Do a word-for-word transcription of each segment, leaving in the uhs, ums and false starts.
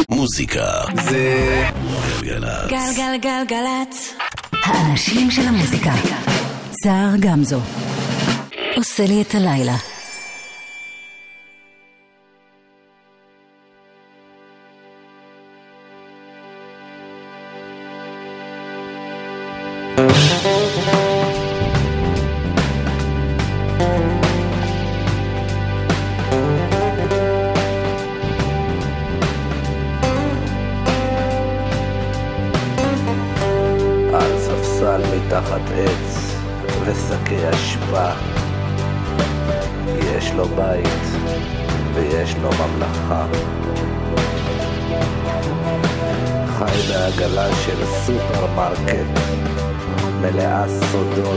מוזיקה זה גלגלצ. גלגלגלגלצ. האנשים של המוזיקה. סער גמזו עושה לי את הלילה. תחת עץ ושקי אשפה, יש לו בית ויש לו ממלכה, חי בעגלה של סופרמרקט מלאה סודות,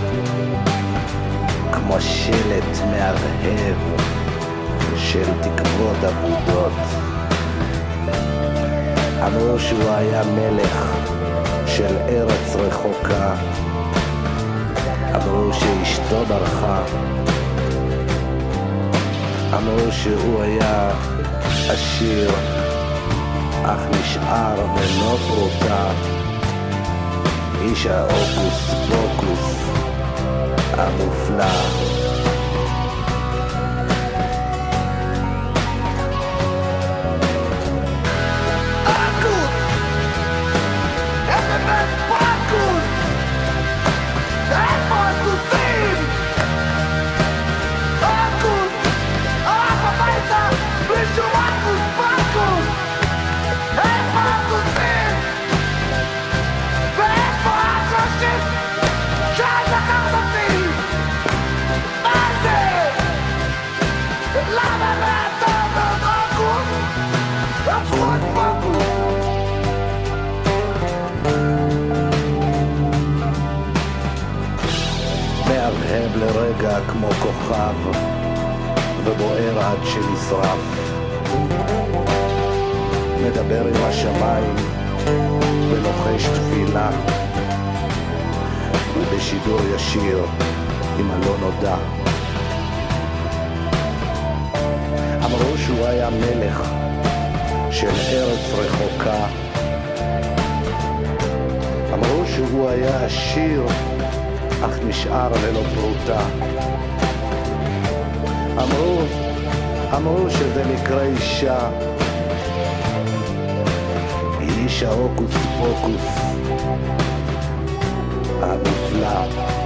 כמו שלט מהבהב של תקוות אבודות. אמרו שהוא היה מלך של ארץ רחוקה, אמרו שאשתו ברחה, אמרו שהוא היה עשיר אך נשאר ולא פרוטה, איש האוקוס פוקוס המופלא. מהבהב לרגע כמו כוכב ובוער עד שנשרף, מדבר עם השמיים ולוחש תפילה, ובשידור ישיר עם הלא נודע. אמרו שהוא היה מלך של ארץ רחוקה, אמרו שהוא היה עשיר אך נשאר ללא פרוטה, אמרו, אמרו שזה מקרה אישה, היא איש האוקוס פוקוס המופלא.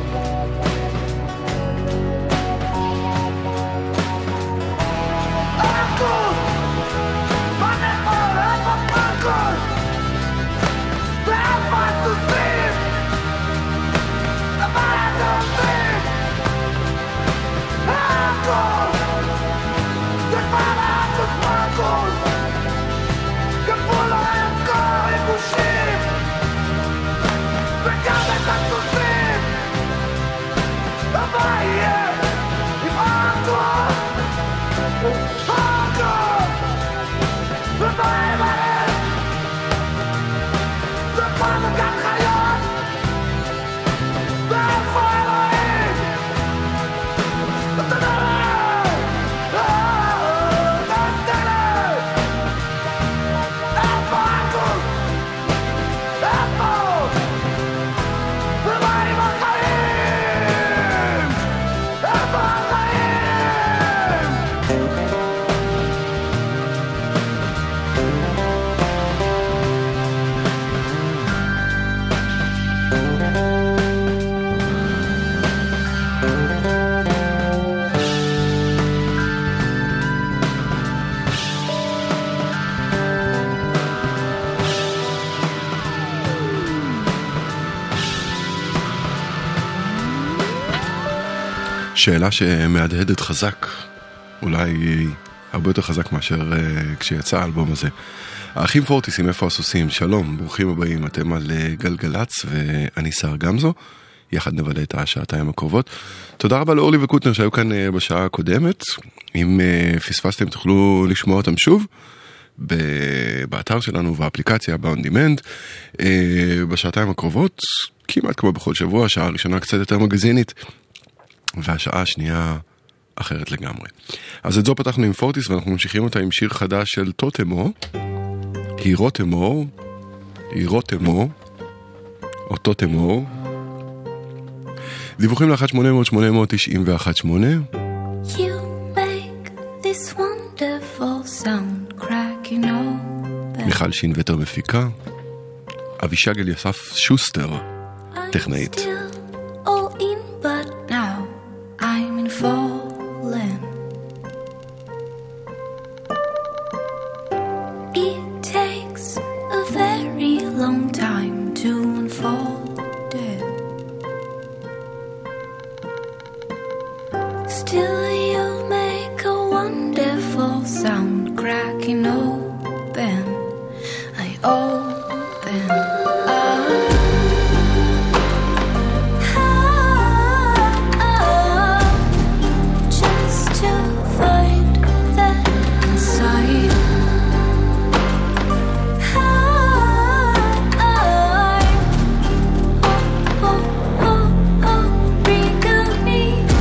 שאלה שמהדהדת חזק, אולי הרבה יותר חזק מאשר uh, כשיצא האלבום הזה. האחים פורטיסים, איפה הסוסים? שלום, ברוכים הבאים, אתם על uh, גלגלץ ואני סער גמזו, יחד נבלה את השעתיים הקרובות. תודה רבה לאורלי וקוטנר שהיו כאן uh, בשעה הקודמת, אם uh, פספסתם תוכלו לשמוע אותם שוב, באתר שלנו ובאפליקציה ב-On Demand, uh, בשעתיים הקרובות, כמעט כמו בכל שבוע, השעה הראשונה קצת יותר מגזינית, והשעה השנייה אחרת לגמרי. אז את זו פתחנו עם פורטיס, ואנחנו ממשיכים אותה עם שיר חדש של טוטמו, הירו תמור, הירו תמור, אותו תמור. דיווחים ל-אחת שמונה אפס אפס שמונה תשע אחת שמונה. You make this wonderful sound cracking open. מיכל שינווטר מפיקה. אבישג אליסף שוסטר, טכנאית. All in but now I'm in fallen. It takes a very long time to unfold it. Still you make a wonderful sound cracking open. I open up. Just to find that inside. Oh, oh, oh, oh, bring me.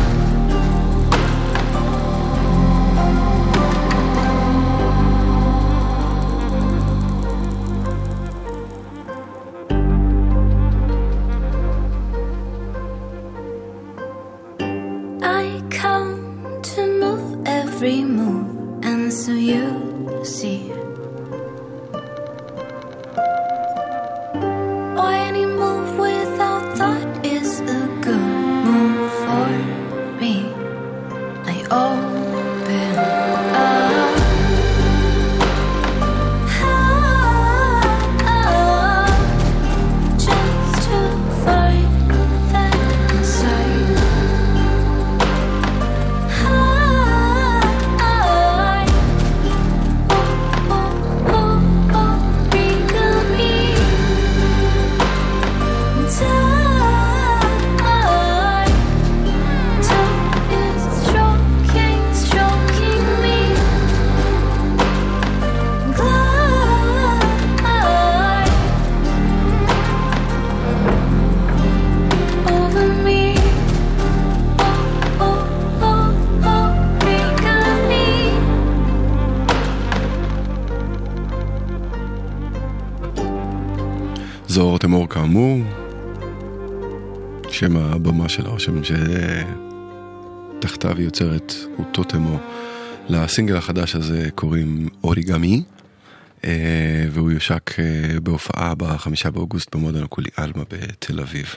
I come to move every move, and so you see. Or any move without thought is a good move for me. I open up. Just to find that inside. זוהר תמור כאמור, שם הבמה שלה, או שם שתחתיו יוצרת הוא תותמו. לסינגל החדש הזה קוראים אוריגמי, והוא יושק בהופעה בחמישה באוגוסט במועדון הקולי אלמה בתל אביב.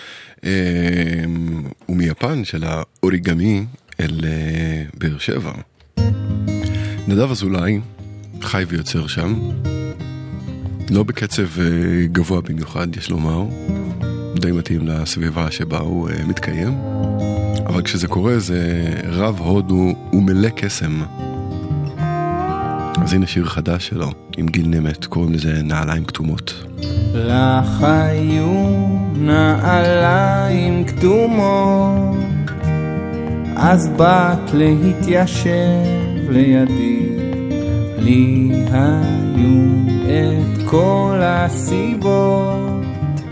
הוא מיפן של האוריגמי אל באר שבע. נדב אזולאי חי ויוצר שם, לא בקצב גבוה במיוחד, יש לומר, די מתאים לסביבה שבה הוא מתקיים, אבל כשזה קורה זה רב הודו ומלא קסם. אז הנה שיר חדש שלו עם גיל נמת, קוראים לזה נעליים כתומות. לך היו נעליים כתומות, אז באת להתיישב לידי, לי היו את כל הסיבות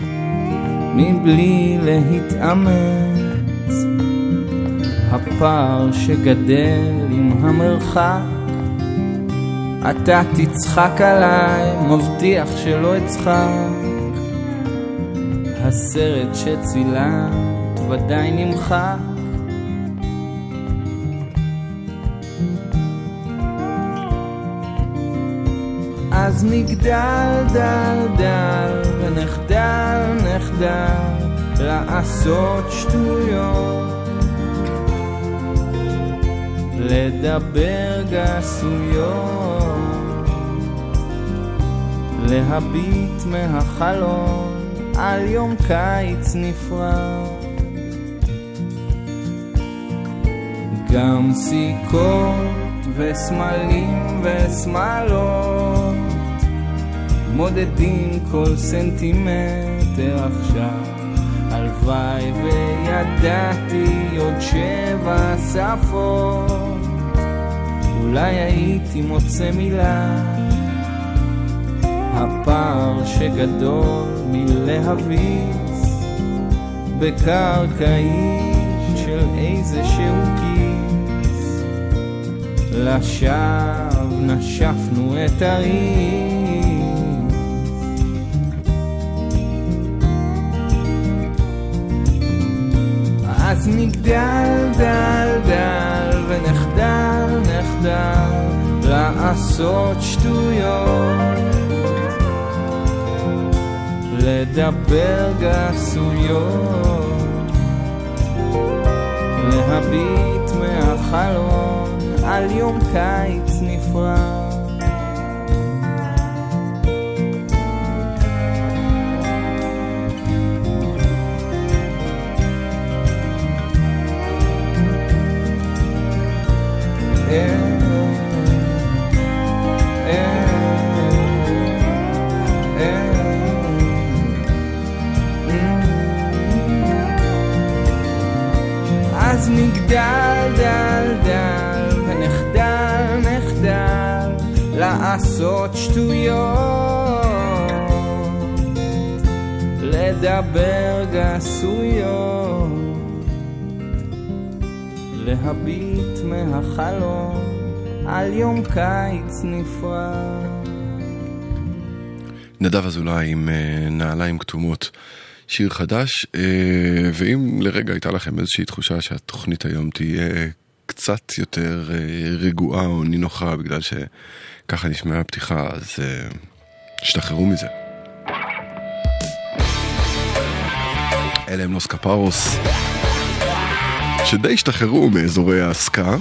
מבלי להתאמץ, הפער שגדל עם המרחק, אתה תצחק עליי, מבטיח שלא אצחק, הסרט שצילמת ודאי נמחק, אז נגדל דל דל ונחדל נחדל לעשות שטויות, לדבר גסויות, להביט מהחלון על יום קיץ נפרד, גם סיכות וסמלים וסמלות מודדים כל סנטימטר עכשיו, הלוואי וידעתי עוד שבע שפות, אולי הייתי מוצא מילה, הפער שגדול מלהביס בקרקעית של איזה שהוא כיס, לשווא נשפנו את הריס, אז נגדל, דל, דל, ונחדל, נחדל, לעשות שטויות, לדבר גסויות, להביט מהחלון על יום קיץ נפרד. אז נגדל, דל, דל, ונחדל, נחדל, לעשות שטויות, לדבר גסויות, להביט מהחלון על יום קיץ נפרד. נדב אזולאי עם נעליים כתומות, שיר חדש, ואם לרגע הייתה לכם איזושהי תחושה שהתוכנית היום תהיה קצת יותר רגועה או נינוחה בגלל שככה נשמעה הפתיחה, אז שתחררו מזה. אלה הם לוס קפארוס, שדי השתחררו מאזורי ההסקה,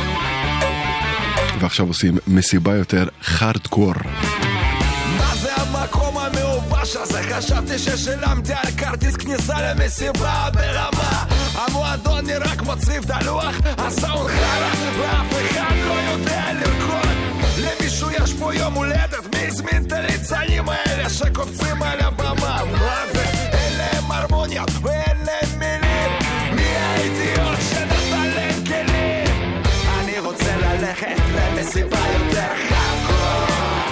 ועכשיו עושים מסיבה יותר חארדקור. מה זה המקום המעובש הזה? חשבתי ששילמתי על כרטיס כניסה למסיבה ברמה. המועדון נראה כמו צריף דלוח, הסאונד חרא ואף אחד לא יודע לרקוד. למישהו יש פה יום הולדת, מי הזמין את הליצנים האלה שקופצים על הבמה? מה זה? אין להם הרמוניות ואין להם מילים. מי האידיוט שנתן להם כלים? אני רוצה ללכת למסיבה יותר חכות,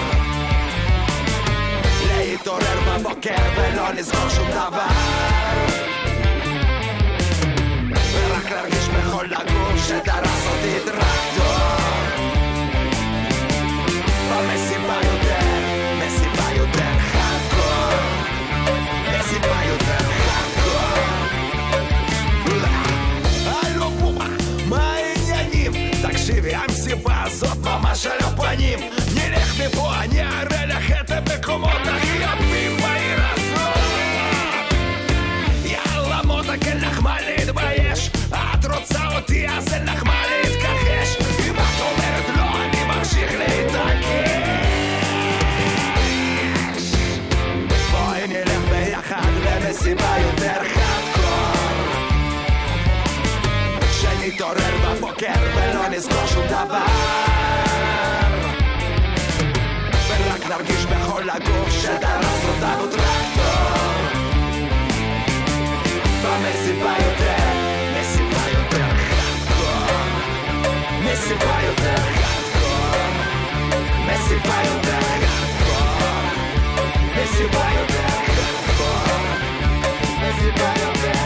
להתעורר בבוקר ולא לזכור שום דבר, ורק להרגיש בכל הגוף שדרס אותי טרקטור. במסיבה יותר, מסיבה יותר חכות, מסיבה יותר חכות. הלו בומה, מה העניינים? תקשיבי, המסיבה הזאת ממש על הפנים. נלך מפה, אני אראה לך את המקומות הכי יפים בעיר הזאת. יאללה מותק, אין לך מה להתבייש, את רוצה אותי אז אין לך מה להתכחש. אם את אומרת לא, אני ממשיך להתעקש. בואי נלך ביחד למסיבה יותר חדקור, שנתעורר בבוקר ולא נזכור שום דבר, ורק נרגיש בכל הגוף שדרס אותנו טרקטור. במסיבה יותר, מסיבה יותר חדקור, מסיבה יותר חדקור, מסיבה יותר חדקור, מסיבה יותר חדקור, מסיבה יותר.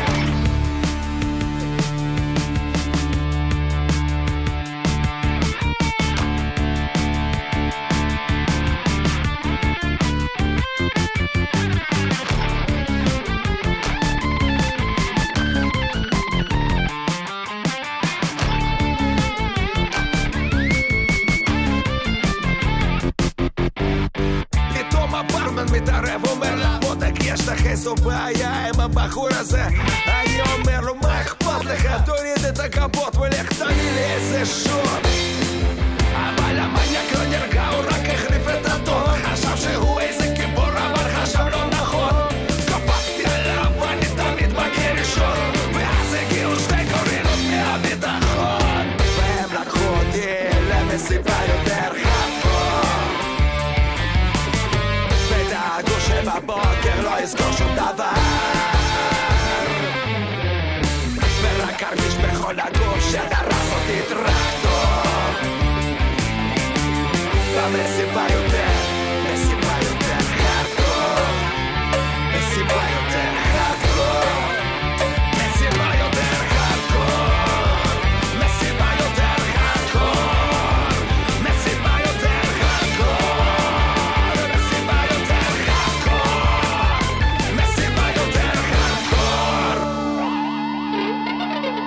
מתערב, אומר לה מותק, יש לך איזו בעיה עם הבחור הזה? אני אומר לו, מה אכפת לך? תוריד את הכפות ולך תביא לי איזה שוט. אבל המניאק לא נרגע, הוא רק החליף את הטון. חשב שהוא איזה גיבור, אבל חשב לא נכון. קפצתי עליו, אני תמיד מגיע ראשון, ואז הגיעו שתי גורילות מהביטחון, והם לקחו אותי למסיבה יותר חדקור, ודאגו שבבוקר לא יזכור שום דבר, ורק ארגיש בכל הגוף שדרס אותי טרקטור. במסיבה יותר, מסיבה יותר חדקור, מסיבה יותר חדקור, מסיבה יותר חדקור, מסיבה יותר חדקור, מסיבה יותר חדקור, מסיבה יותר חדקור, מסיבה יותר חדקור.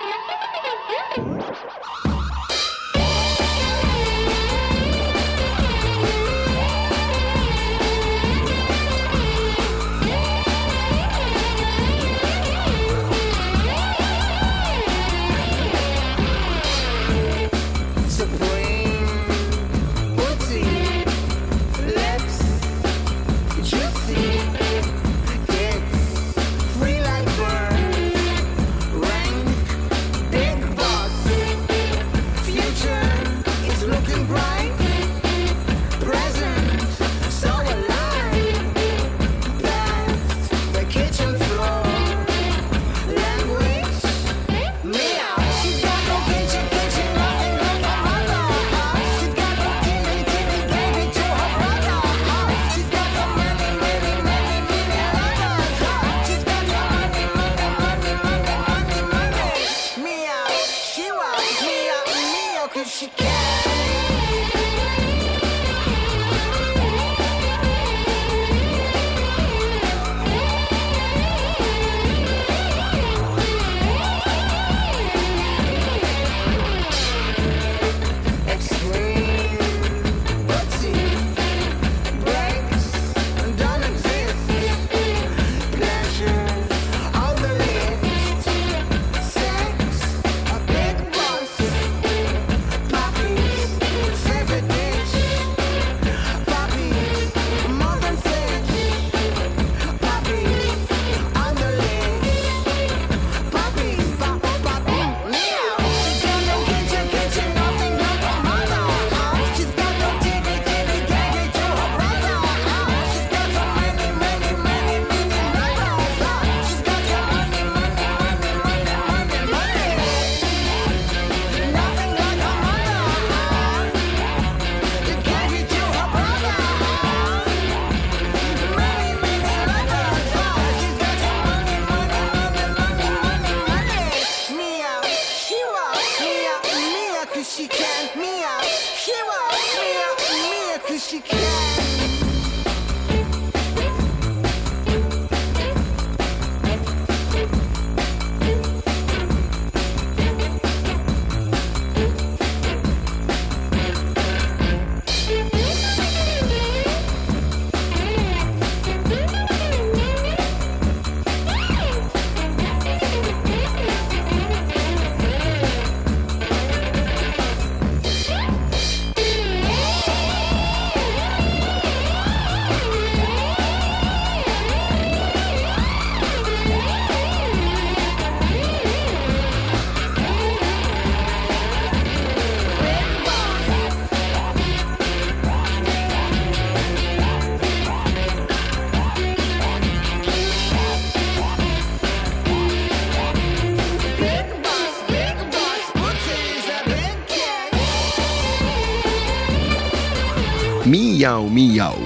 מיהו מיהו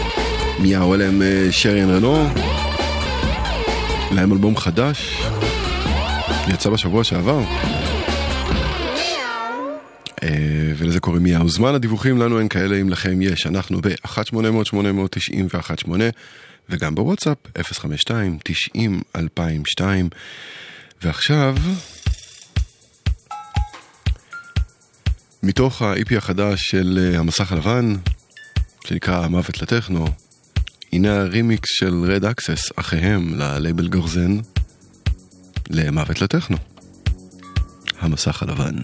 מיהו אלה הם שריאן רנו, להם אלבום חדש יצא בשבוע שעבר ולזה קוראים מיהו. זמן הדיווחים לנו אין כאלה, אם לכם יש, אנחנו ב-אחת שמונה אפס אפס שמונה תשע אחת שמונה וגם בוואטסאפ אפס חמש שתיים תשעים אלפיים ושתיים. ועכשיו מתוך ה-אי פי החדש של המסך הלבן שנקרא מוות לטכנו, הנה הרימיקס של Red Access, אחיהם ללייבל גרזן, למוות לטכנו, המסך הלבן.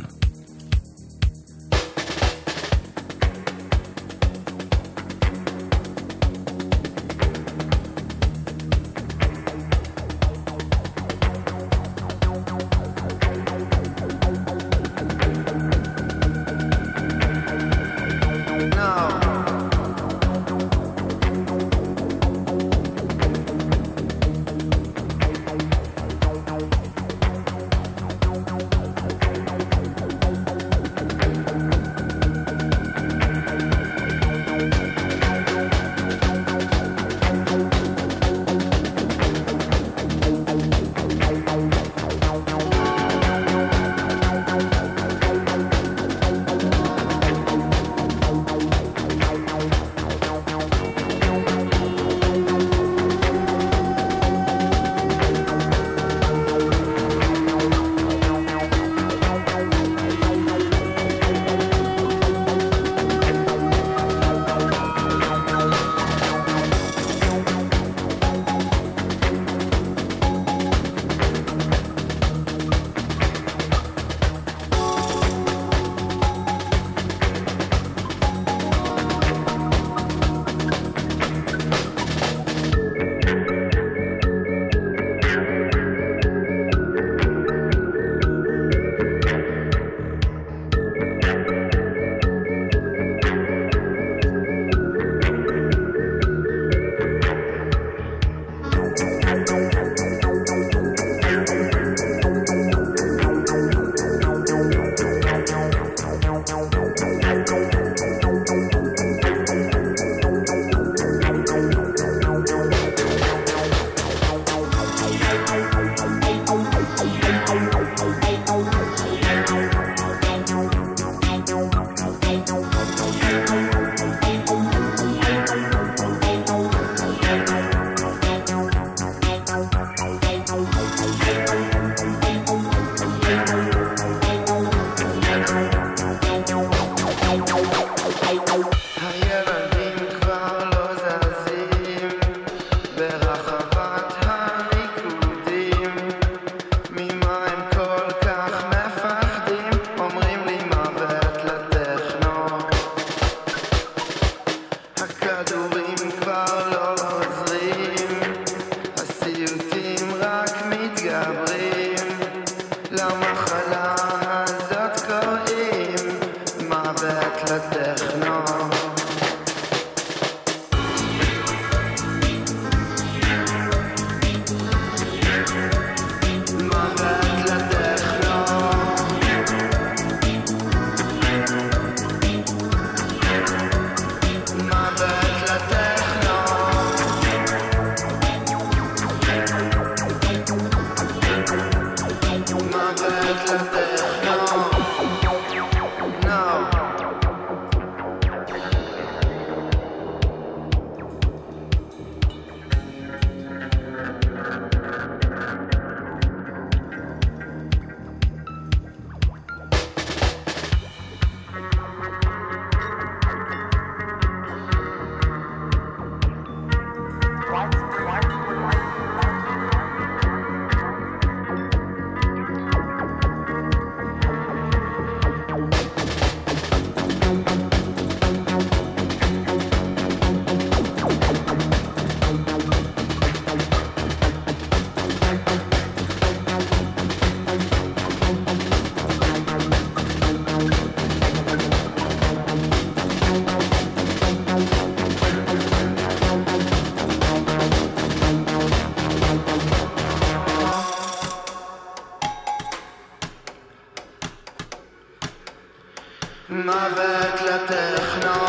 מוות לטכנו.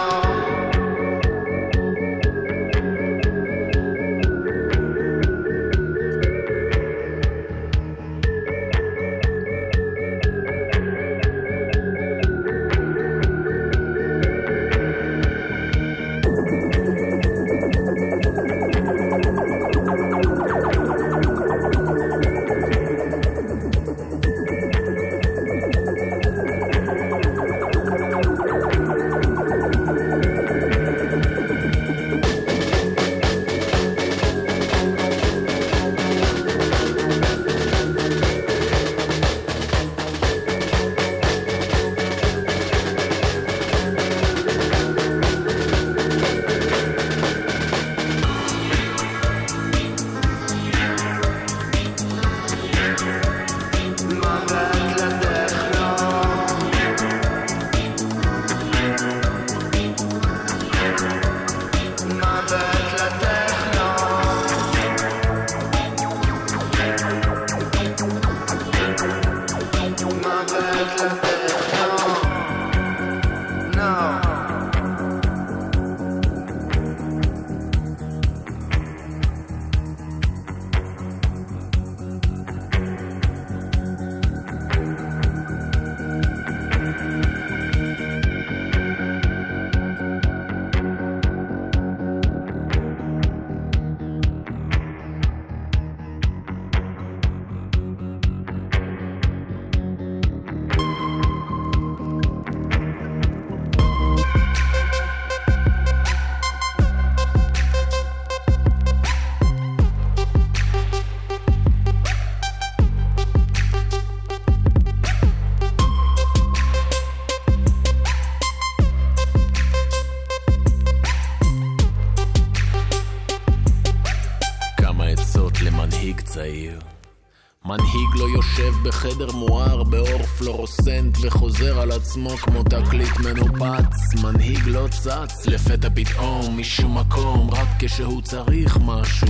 מנהיג לא יושב בחדר מואר באור פלורוסנט וחוזר על עצמו כמו תקליט מנופץ. מנהיג לא צץ לפתע פתאום משום מקום רק כשהוא צריך משהו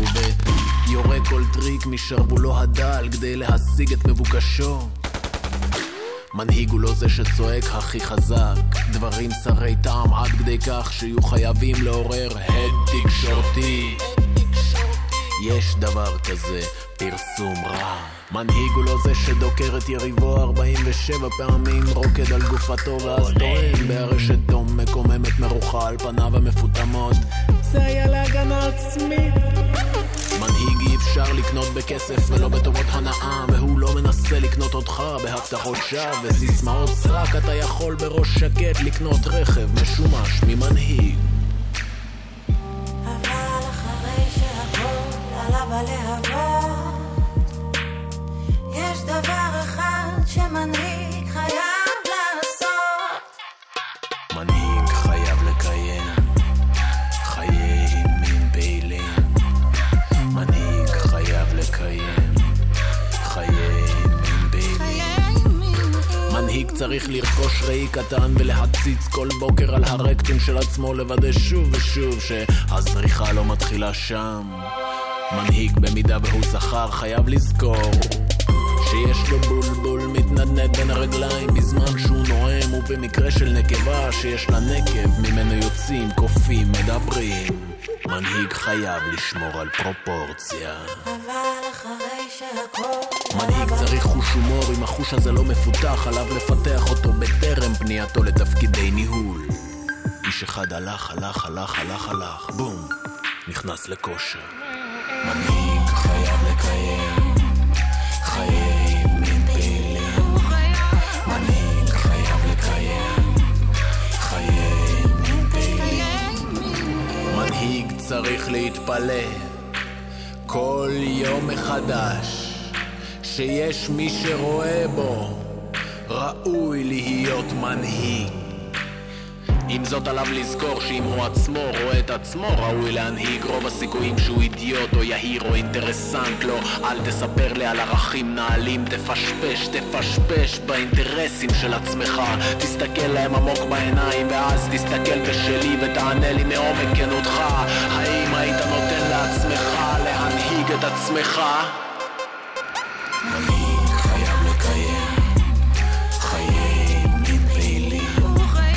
ויורה כל טריק משרבולו הדל כדי להשיג את מבוקשו. מנהיג הוא לא זה שצועק הכי חזק דברים שרי טעם עד כדי כך שיהיו חייבים לעורר הד תקשורתי. יש דבר כזה, פרסום רע. מנהיג הוא לא זה שדוקר את יריבו ארבעים ושבע פעמים רוקד על גופתו ואז טוען בהרשת דום מקוממת מרוחה על פניו המפותמות זה היה להגנה עצמית. מנהיג אי אפשר לקנות בכסף ולא בטובות הנאה והוא לא מנסה לקנות אותך בהבטחות שווא וסיסמאות סרק. אתה יכול בראש שקט לקנות רכב משומש ממנהיג. אבל אחרי שהכל עלה בלהבות יש דבר אחד שמנהיג חייב לעשות. מנהיג חייב לקיים חיי מין פעילים. מנהיג חייב לקיים חיי מין פעילים. מנהיג צריך לרכוש ראי קטן ולהציץ כל בוקר על הרקטום של עצמו לוודא שוב ושוב שהזריחה לא מתחילה שם. מנהיג במידה והוא זכר חייב לזכור שיש לו בולבול מתנדנד בין הרגליים בזמן שהוא נועם ובמקרה של נקבה שיש לה נקב ממנו יוצאים קופים מדברים. מנהיג חייב לשמור על פרופורציה. אבל אחרי שהכל מנהיג צריך חוש הומור אם החוש הזה לא מפותח עליו לפתח אותו בטרם פנייתו לתפקידי ניהול. איש אחד הלך הלך הלך הלך הלך בום נכנס לכושר. מנהיג חייב לקיים חיי מין פעילים. מנהיג חייב לקיים חיי מין פעילים. מנהיג צריך להתפלא כל יום מחדש שיש מי שרואה בו ראוי להיות מנהיג. עם זאת עליו לזכור שאם הוא עצמו רואה את עצמו ראוי להנהיג רוב הסיכויים שהוא אידיוט או יהיר או אינטרסנט. לא, אל תספר לי על ערכים נעלים, תפשפש, תפשפש באינטרסים של עצמך. תסתכל להם עמוק בעיניים ואז תסתכל בשלי ותענה לי מעומק כנותך. האם היית נותן לעצמך להנהיג את עצמך? מנהיג חייב לקיים חיי מין פעילים.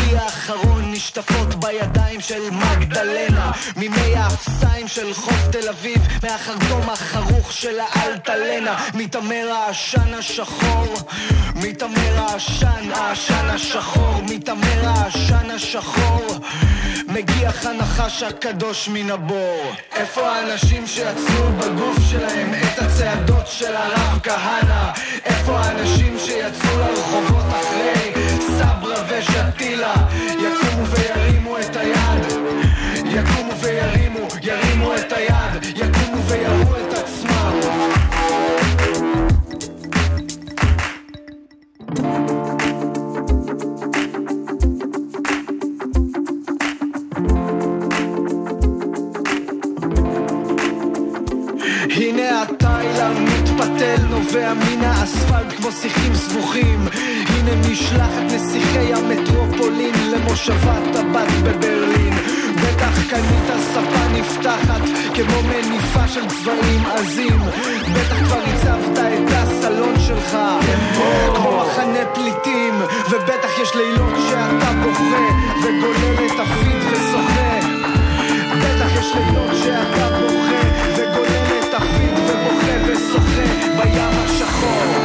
השיא האחרון נשטפות בידיים של מגדלנה, ממי האפסיים של חוף תל אביב, מהחרטום החרוך של האלטלנה, מתאמר העשן השחור, מתאמר העשן, העשן השחור, מתאמר העשן השחור, מגיח הנחש הקדוש מן הבור. איפה האנשים שיצרו בגוף שלהם את הצעדות של הרב כהנא? איפה האנשים שיצאו לרחובות אחרי סברה ושתילה? יקומו וירימו את היד, יקומו וירימו, ירימו את היד, יקומו ויראו את עצמם. הנה התילה מתפתל נובע מן האספלט כמו שיחים סבוכים. הנה משלחת נסיכי המטרופולין למושבת הבת בברלין. בטח קנית ספה נפתחת כמו מניפה של צבעים עזים. בטח כבר הצבת את הסלון שלך כמו מחנה פליטים. ובטח יש לילות שאתה בוכה וגולל את הפיד ושוחה. בטח יש לילות שאתה בוכה וגולל את הפיד ובוכה ושוחה בים השחור.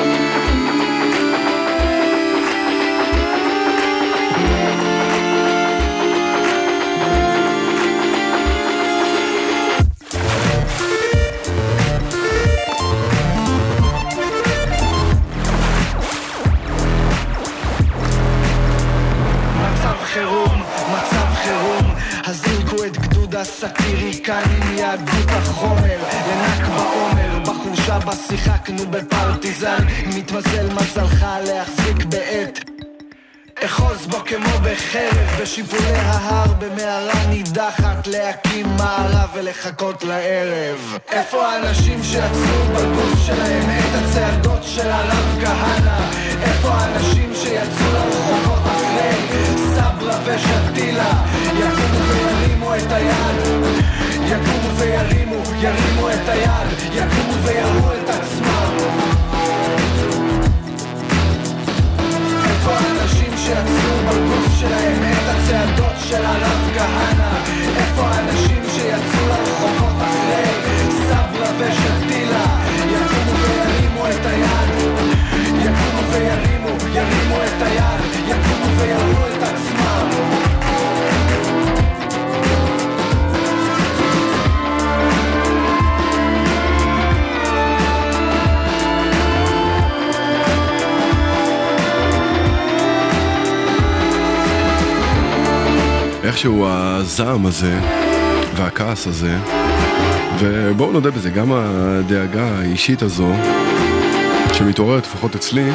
סטיריקנים יהדות החומר לנק בעומר בחורשה בה שיחקנו בפרטיזן. מתמזל מזלך להחזיק בעת אחוז בו כמו בחרב בשיפולי ההר במערה נידחת להקים מערה ולחכות לערב. איפה האנשים שיצרו בגוף שלהם את הצעדות של הרב כהנא? איפה האנשים שיצאו לרחובות אחרי סברה ושתילה? יקומו וירימו את היד, יקומו וירימו, ירימו את היד, יקומו ויראו את עצמם. איפה האנשים שיצרו בגוף שלהם את הצעדות של הרב כהנא? איפה האנשים שיצאו לרחובות אחרי סברה ושתילה? יקומו וירימו את היד, יקומו וירימו, ירימו את היד, יקומו ויראו את עצמם. איכשהו הזעם הזה והכעס הזה, ובואו נודה בזה, גם הדאגה האישית הזו שמתעוררת לפחות אצלי,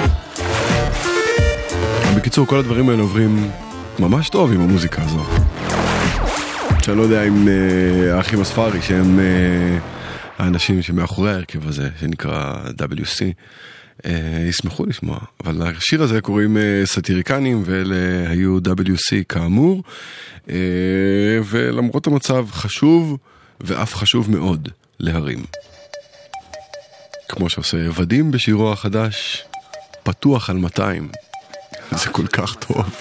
בקיצור כל הדברים האלה עוברים ממש טוב עם המוזיקה הזו. שאני לא יודע אם uh, האחים הספארי שהם uh, האנשים שמאחורי ההרכב הזה שנקרא דאבליו סי uh, ישמחו לשמוע, אבל השיר הזה קוראים uh, סטיריקנים, ואלה היו דאבליו סי כאמור, uh, ולמרות המצב חשוב ואף חשוב מאוד להרים, כמו שעושה ודים בשירו החדש פתוח על מאתיים. זה כל כך טוב.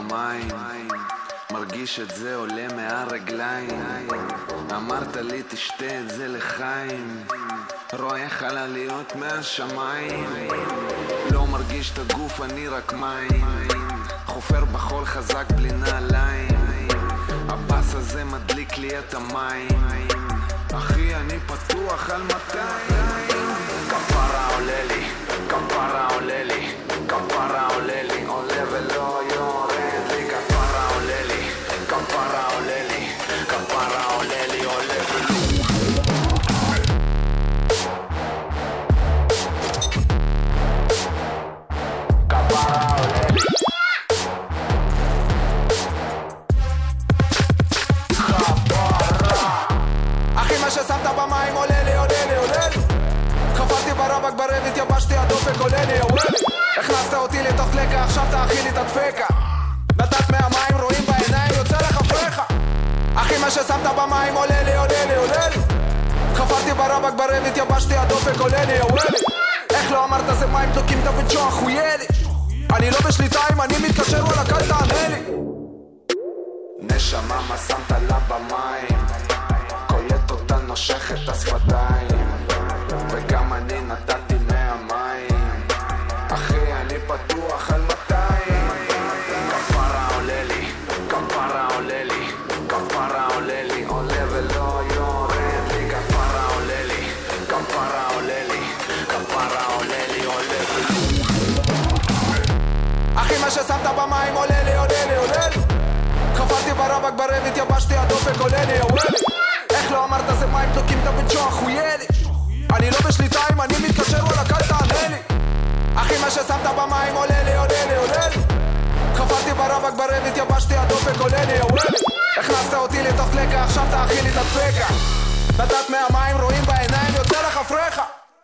מרגיש את זה עולה מהרגליים, אמרת לי תשתה את זה לחיים, רואה חלליות מהשמיים, לא מרגיש את הגוף אני רק מים, חופר בחול חזק בלי נעליים, הבאס הזה מדליק לי את המים, אחי אני פתוח על מאתיים. כפרה עולה לי, כפרה עולה לי, כפרה עולה לי, עולה ולא יורד לי, כפרה עולה לי, כפרה עולה לי, כפרה עולה לי, עולה ולא כפרה עולה לי. אחי מה ששמת במים עולה לי, עולה לי, עולה לי, חפרתי ברבק ברדת יבשתי הדופק עולה לי, עולה לי, הכנסת אותי לתוך דלקה עכשיו תאכיל לי את הדפקה, נתת מהמים רואים בעיניים יוצא לך פרחה, אחי מה ששמת במים עולה לי, עולה לי, עולה לי, חפרתי ברבק ברדת יבשתי הדופק עולה לי, עולה לי, איך לא אמרת זה מים דלוקים דוד ג'ו אחויה לי, אני לא בשליטה אם אני מתקשר וואלה קל תענה לי. נשמה מה שמת לה במים, קולט אותה נושך את השפתיים, וגם אני נתתי מהמים, אחי אני פתוח על מאתיים. כפרה עולה לי, כפרה עולה לי, כפרה עולה לי, עולה ולא יורד לי. כפרה עולה לי, כפרה עולה לי, כפרה עולה לי, עולה ולא. אחי מה ששמת במים עולה לי, עולה לי, עולה לי. חפרתי ברבק ברבית, יבשתי הדופק עולה לי, עולה לי. איך לא אמרת זה מים דלוקים את הבנצ'ו החויילי. אני לא בשליטה אם אני מתקשר וואלה קל תענה לי. אחי מה ששמת במים עולה לי, עולה לי, עולה לי. חפרתי ברבק ברבית, יבשתי הדופק עולה לי, עולה לי. הכנסת אותי לתוך דלקה, עכשיו תאכיל לי את הדפקה. נתת מהמים רואים בעיניים, יוצא לך פרחה.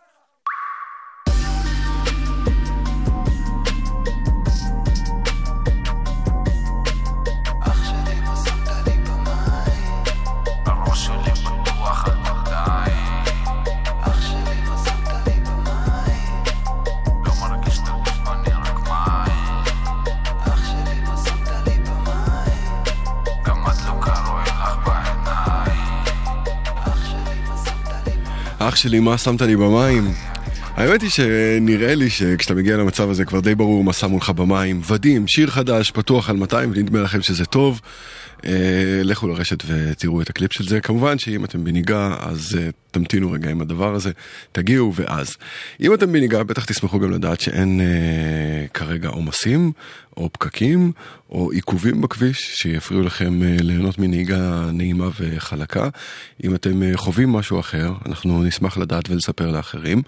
אח שלי, מה שמת לי במים? האמת היא שנראה לי שכשאתה מגיע למצב הזה כבר די ברור מה שמו לך במים. ודים, שיר חדש, פתוח על מאתיים, ונדמה לכם שזה טוב. אה, לכו לרשת ותראו את הקליפ של זה. כמובן שאם אתם בניגה, אז אה, תמתינו רגע עם הדבר הזה, תגיעו ואז. אם אתם בניגה, בטח תשמחו גם לדעת שאין אה, כרגע עומסים, או פקקים, או עיכובים בכביש, שיפריעו לכם אה, ליהנות מנהיגה נעימה וחלקה. אם אתם אה, חווים משהו אחר, אנחנו נשמח לדעת ולספר לאחרים.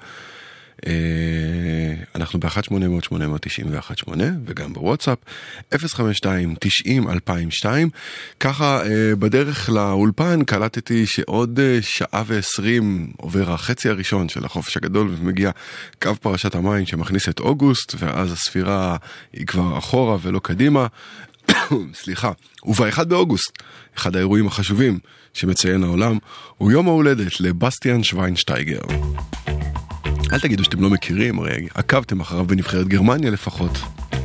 אנחנו ב-אחת שמונה אפס אפס שמונה תשע אחת שמונה וגם בוואטסאפ אפס חמש שתיים תשעים אלפיים ושתיים. ככה בדרך לאולפן קלטתי שעוד שעה ועשרים עובר החצי הראשון של החופש הגדול ומגיע קו פרשת המים שמכניס את אוגוסט, ואז הספירה היא כבר אחורה ולא קדימה. סליחה. וב-אחד באוגוסט, אחד האירועים החשובים שמציין העולם הוא יום ההולדת לבסטיאן שוויינשטייגר. אל תגידו שאתם לא מכירים, הרי עקבתם אחריו בנבחרת גרמניה לפחות.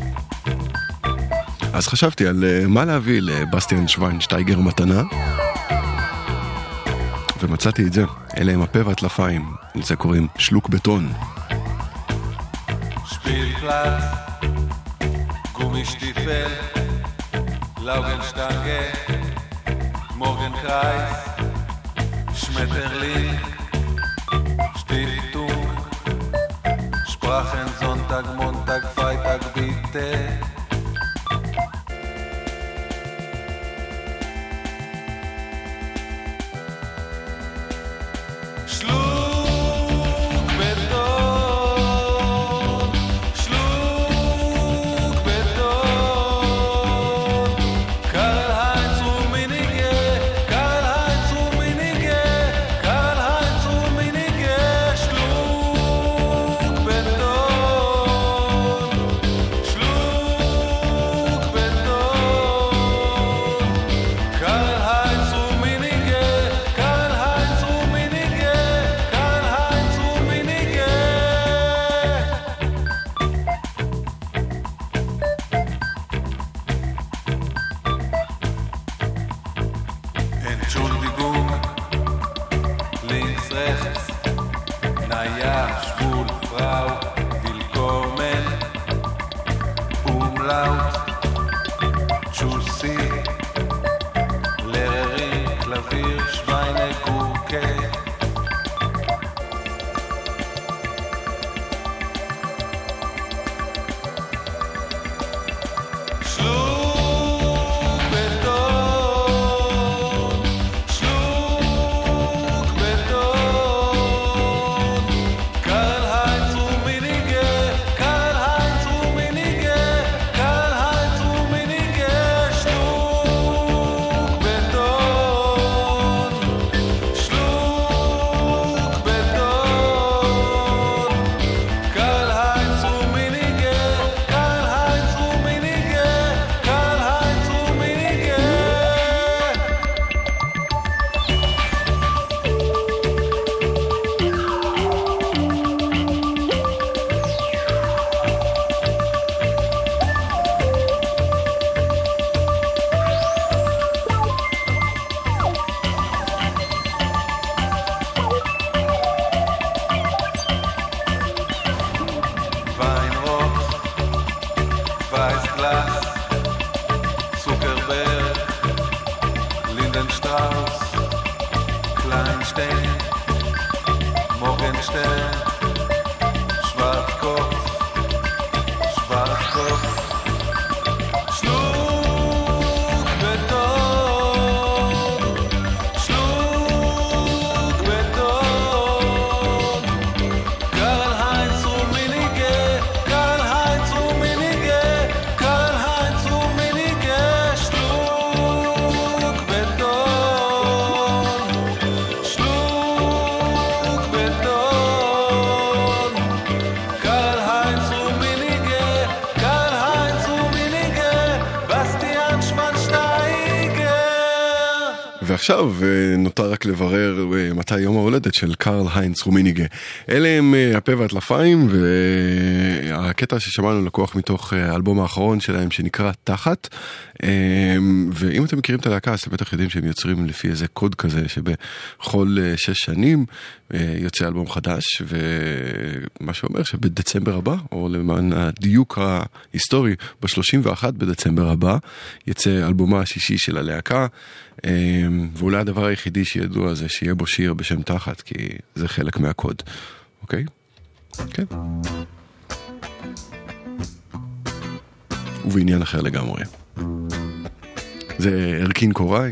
אז חשבתי על uh, מה להביא לבסטיאן שוויינשטייגר מתנה, ומצאתי את זה. אלה הם הפה והטלפיים, לזה קוראים שלוק בטון. שפילפלץ, גומישטיפל, לאוגנשטנגה, מורגן קרייס, שמטרלינג, שטיפטונג, Sprachen Sonntag, Montag, Freitag, bitte. Schlug Beton, Schlug Beton. Karl-Heinz Rummenigge, Karl-Heinz Rummenigge, Karl-Heinz Rummenigge, Schlug Beton. ועכשיו נותר רק לברר מתי יום ההולדת של קרל היינץ רומיניגה. אלה הם הפה והטלפיים, והקטע ששמענו לקוח מתוך האלבום האחרון שלהם שנקרא תחת. ואם אתם מכירים את הלהקה, אז אתם בטח יודעים שהם יוצרים לפי איזה קוד כזה, שבכל שש שנים יוצא אלבום חדש, ומה שאומר שבדצמבר הבא, או למען הדיוק ההיסטורי, ב-שלושים ואחד בדצמבר הבא, יצא אלבומה השישי של הלהקה, ואולי הדבר היחידי שידוע זה שיהיה בו שיר בשם תחת, כי זה חלק מהקוד. אוקיי? כן. ובעניין אחר לגמרי. זה ארקין קוראי.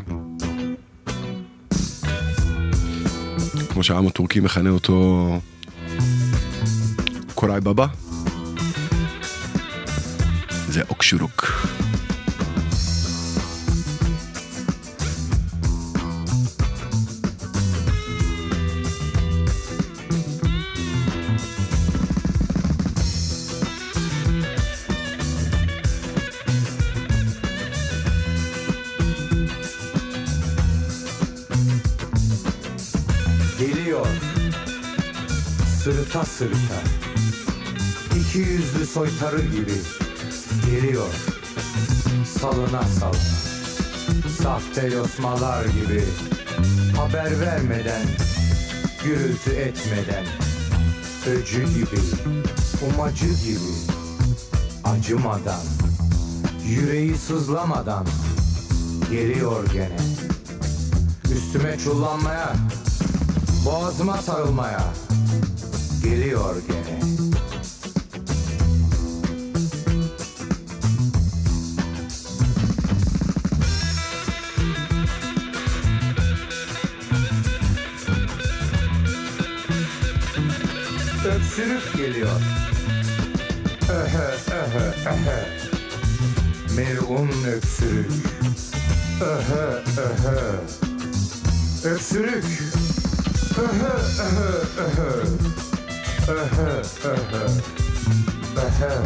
כמו שהעם הטורקי מכנה אותו קוראי בבא. זה אוקשורוק. Sırıta sırıta iki yüzlü soytarı gibi geliyor, salına salına, sahte yosmalar gibi, haber vermeden, gürültü etmeden, öcü gibi, umacı gibi, acımadan, yüreği sızlamadan geliyor gene, üstüme çullanmaya, boğazıma sarılmaya geliyor gene. Öksürük geliyor. Öhö öhö öhö. Melun öksürük. Öhö öhö. Öksürük. Öhö öhö öhö. Öhö öhö. Öhö.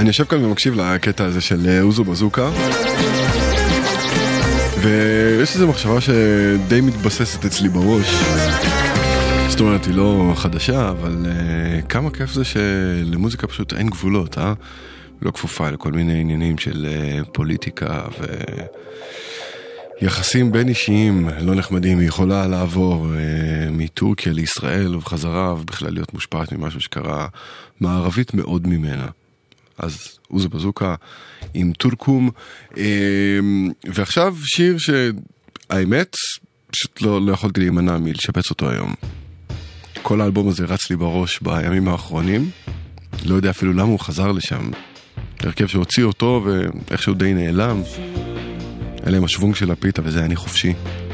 אני יושב כאן ומקשיב לקטע הזה של אוזו בזוקה, ויש איזו מחשבה שדי מתבססת אצלי בראש. זאת אומרת, היא לא חדשה, אבל uh, כמה כיף זה שלמוזיקה פשוט אין גבולות, אה? לא כפופה לכל מיני עניינים של uh, פוליטיקה ויחסים בין אישיים לא נחמדים. היא יכולה לעבור uh, מטורקיה לישראל ובחזרה, ובכלל להיות מושפעת ממשהו שקרה מערבית מאוד ממנה. אז אוזו בזוקה עם טורקום, uh, ועכשיו שיר שהאמת פשוט לא, לא יכולתי להימנע מלשפץ אותו היום. כל האלבום הזה רץ לי בראש בימים האחרונים, לא יודע אפילו למה הוא חזר לשם. הרכב שהוציא אותו ואיכשהו די נעלם, אלה עם השוונג של הפיתה, וזה אני חופשי.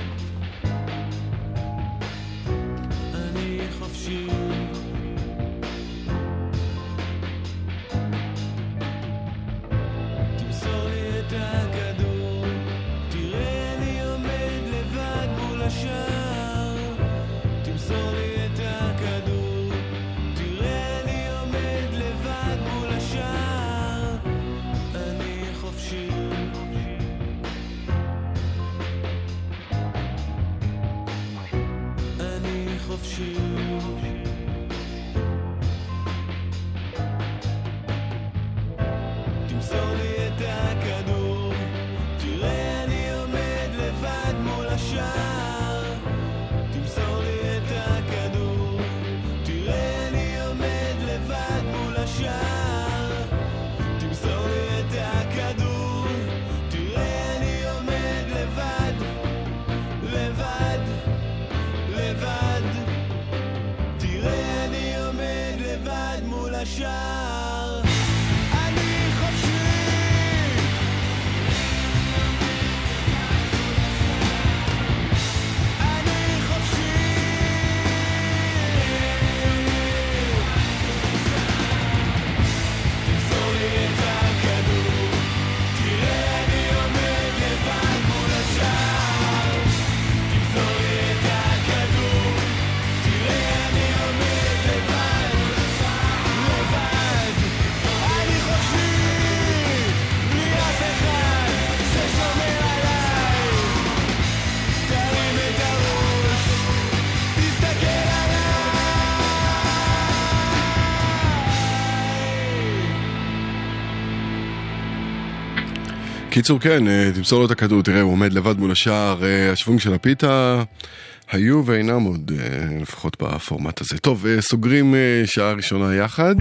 קיצור, כן, תמסור לו את הכדור, תראה, הוא עומד לבד מול השער, השוונג של הפיתה היו ואינם עוד, לפחות בפורמט הזה. טוב, סוגרים שעה ראשונה יחד,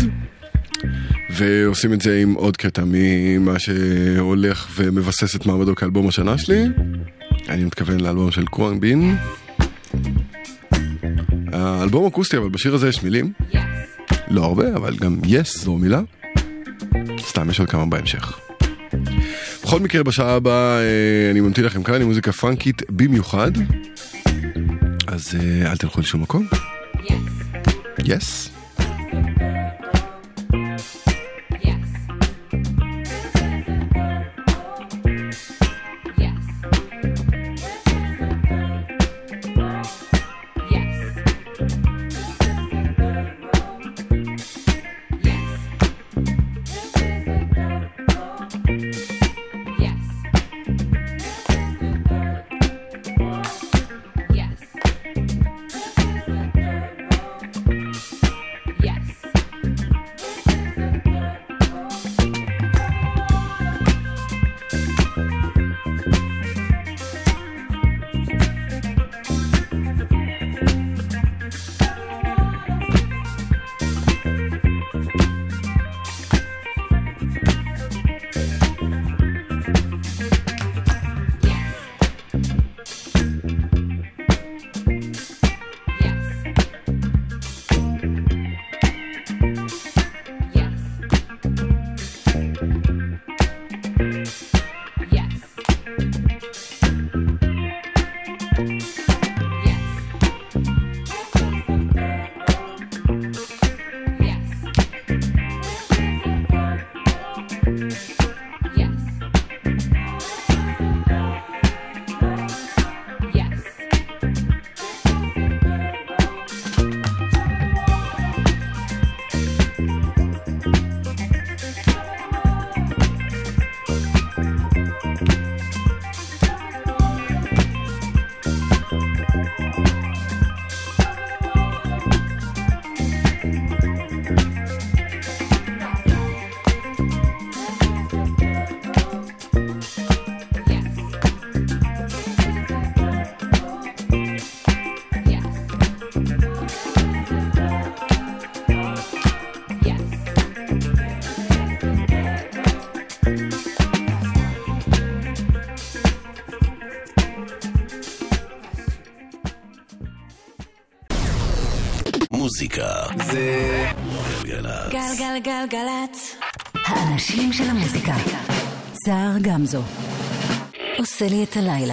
ועושים את זה עם עוד קטע ממה שהולך ומבסס את מעמדו כאלבום השנה שלי. אני מתכוון לאלבום של קוואן בין. האלבום אקוסטי, אבל בשיר הזה יש מילים. Yes. לא הרבה, אבל גם yes זו מילה. סתם, יש עוד כמה בהמשך. בכל מקרה, בשעה הבאה אני ממתין לכם כאן עם מוזיקה פאנקית במיוחד, אז אל תלכו לשום מקום. Yes. Yes. המוזיקה זה גלגלצ. גלגלגלגלצ. האנשים של המוזיקה. זהר גמזו עושה לי את הלילה.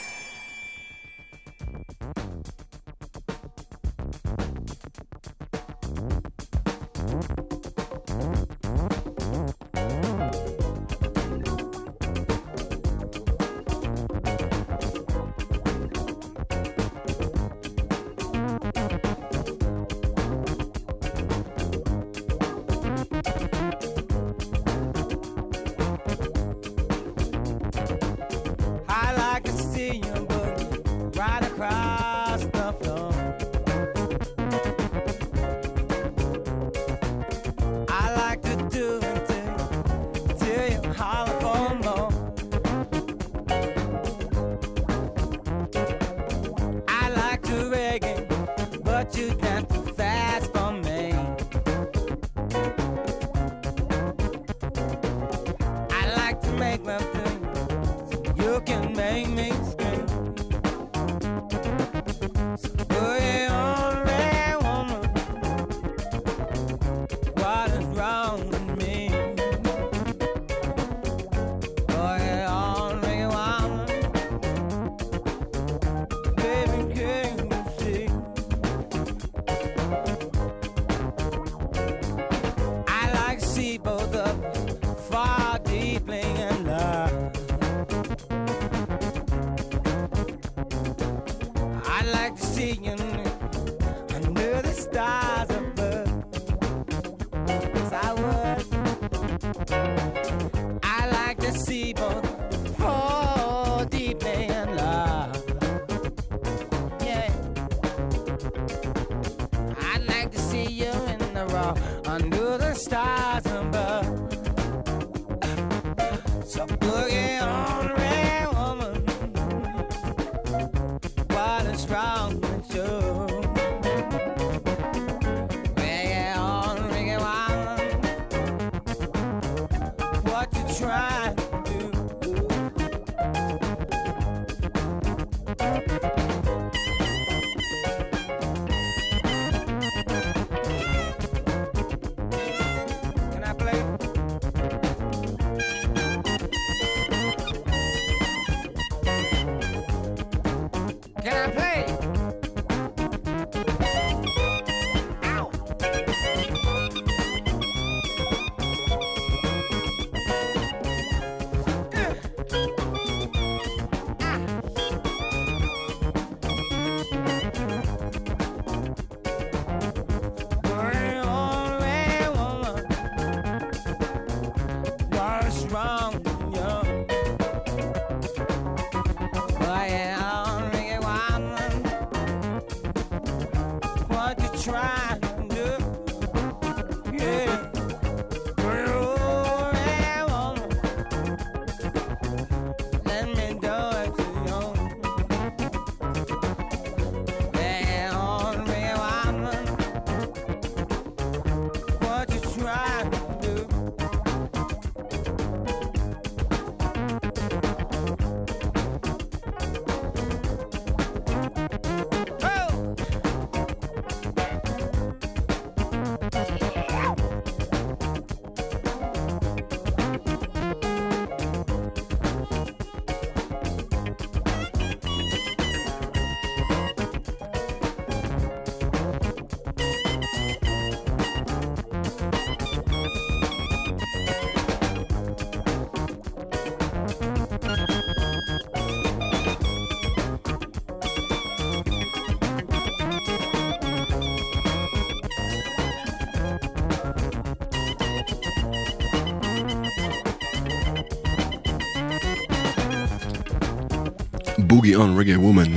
בוגי און רגעי וומן.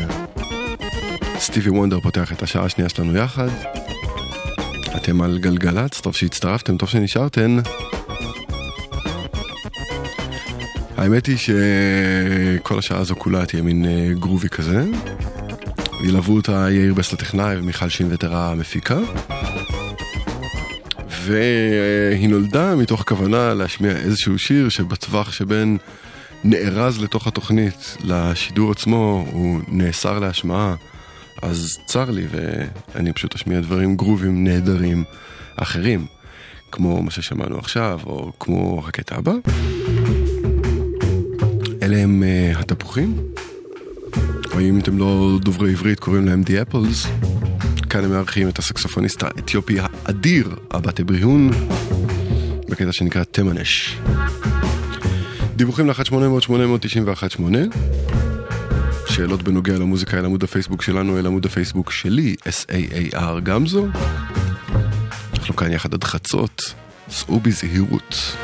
סטיבי וונדר פותח את השעה השנייה שלנו יחד. אתם על גלגלצ, טוב שהצטרפתם, טוב שנשארתן. האמת היא שכל השעה הזו כולה תהיה מין גרובי כזה. ילוו אותה יאיר בסט הטכנאי ומיכל שין ותרה המפיקה. והיא נולדה מתוך כוונה להשמיע איזשהו שיר שבטווח שבין נארז לתוך התוכנית לשידור עצמו הוא נאסר להשמעה אז צר לי, ואני פשוט אשמיע דברים גרובים נהדרים אחרים, כמו מה ששמענו עכשיו, או כמו הקטע הבא. אלה הם uh, התפוחים, או אם אתם לא דוברי עברית קוראים להם The Apples. כאן הם מארחים את הסקסופוניסט האתיופי האדיר אבטה בריהון בקטע שנקרא תמנש. דיווחים ל-אחת שמונה אפס אפס שמונה תשע אחת שמונה. שאלות בנוגע למוזיקה אל עמוד הפייסבוק שלנו, אל עמוד הפייסבוק שלי, אס איי איי אר גמזו. אנחנו כאן יחד עד חצות, סעו בזהירות.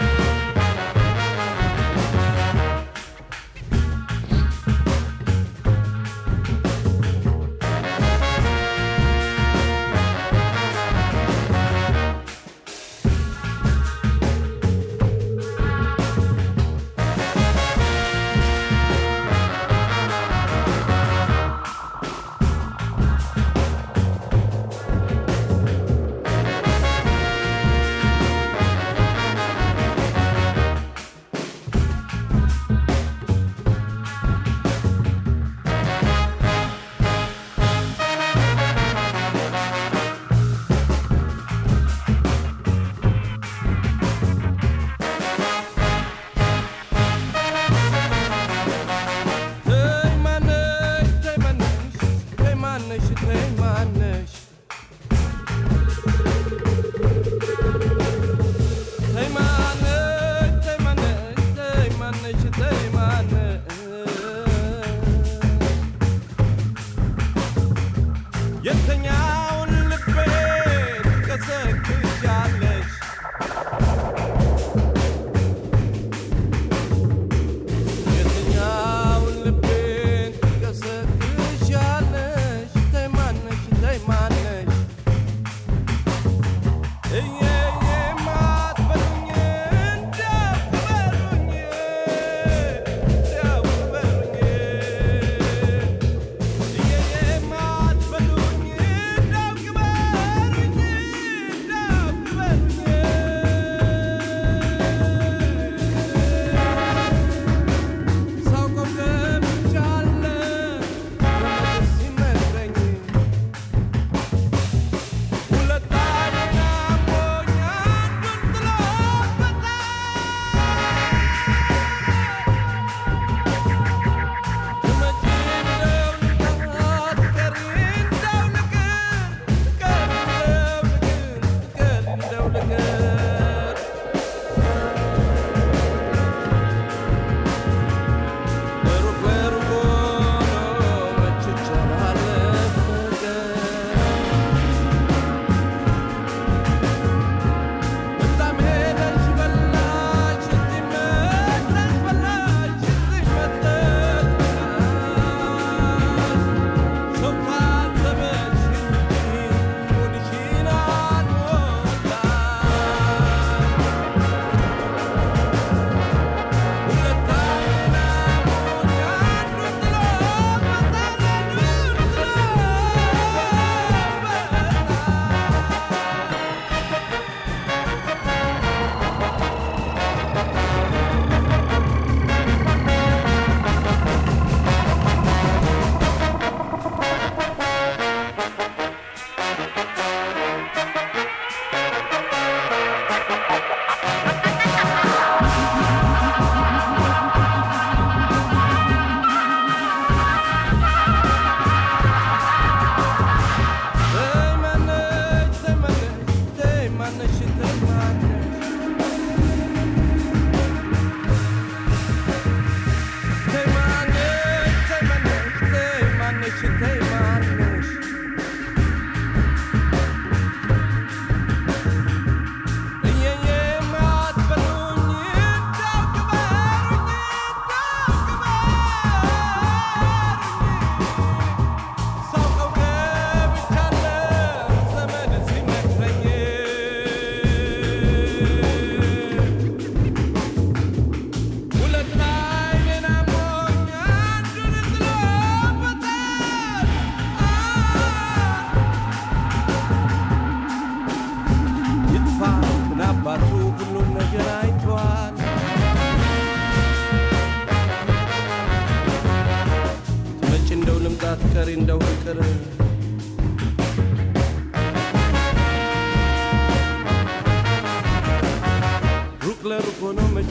እንደው ልምጣት ከሪ እንደው ፍቅር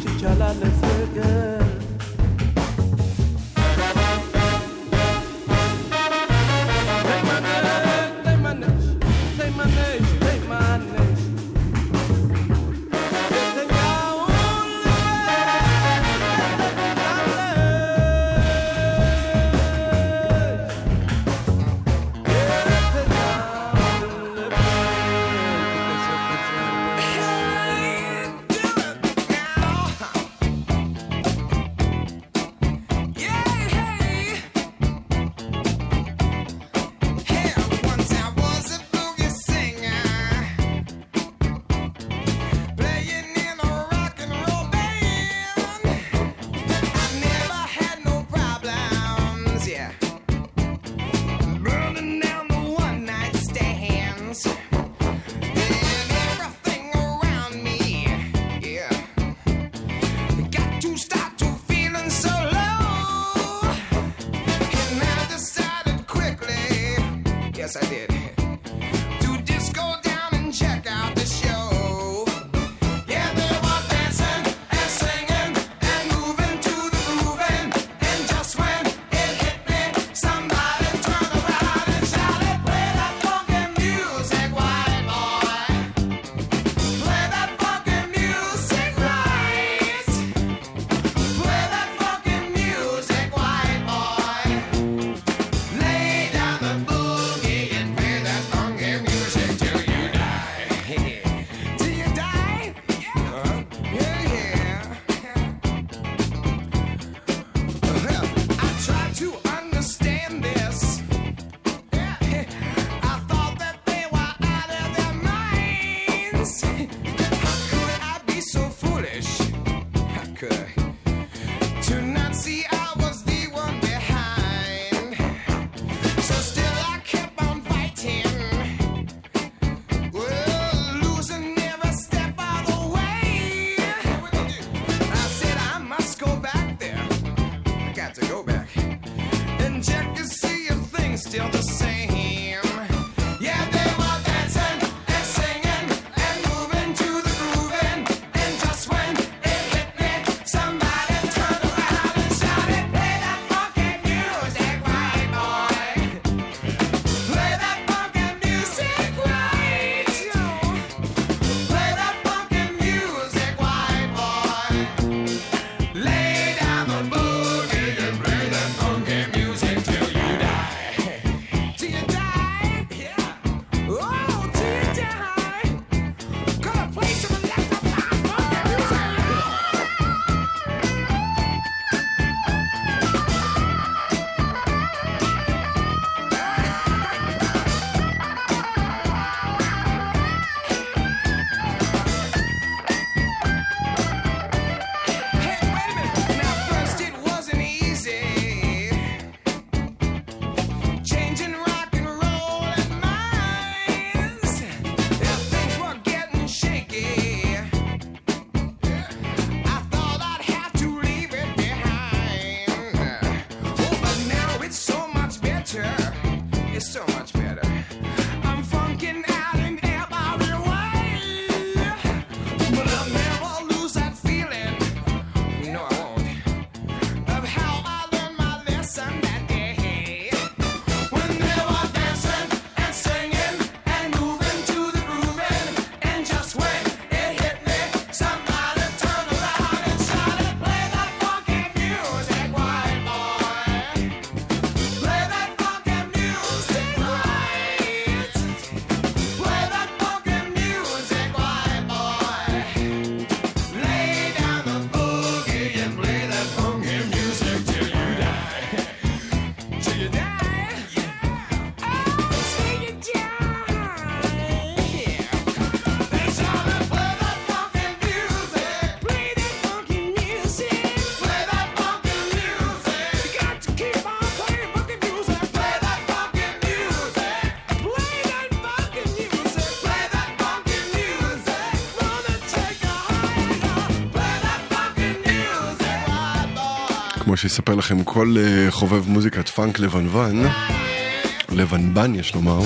Chichalale Fegel. כמו שיספר לכם כל uh, חובב מוזיקת פאנק לבנבן, לבנבן יש לומר.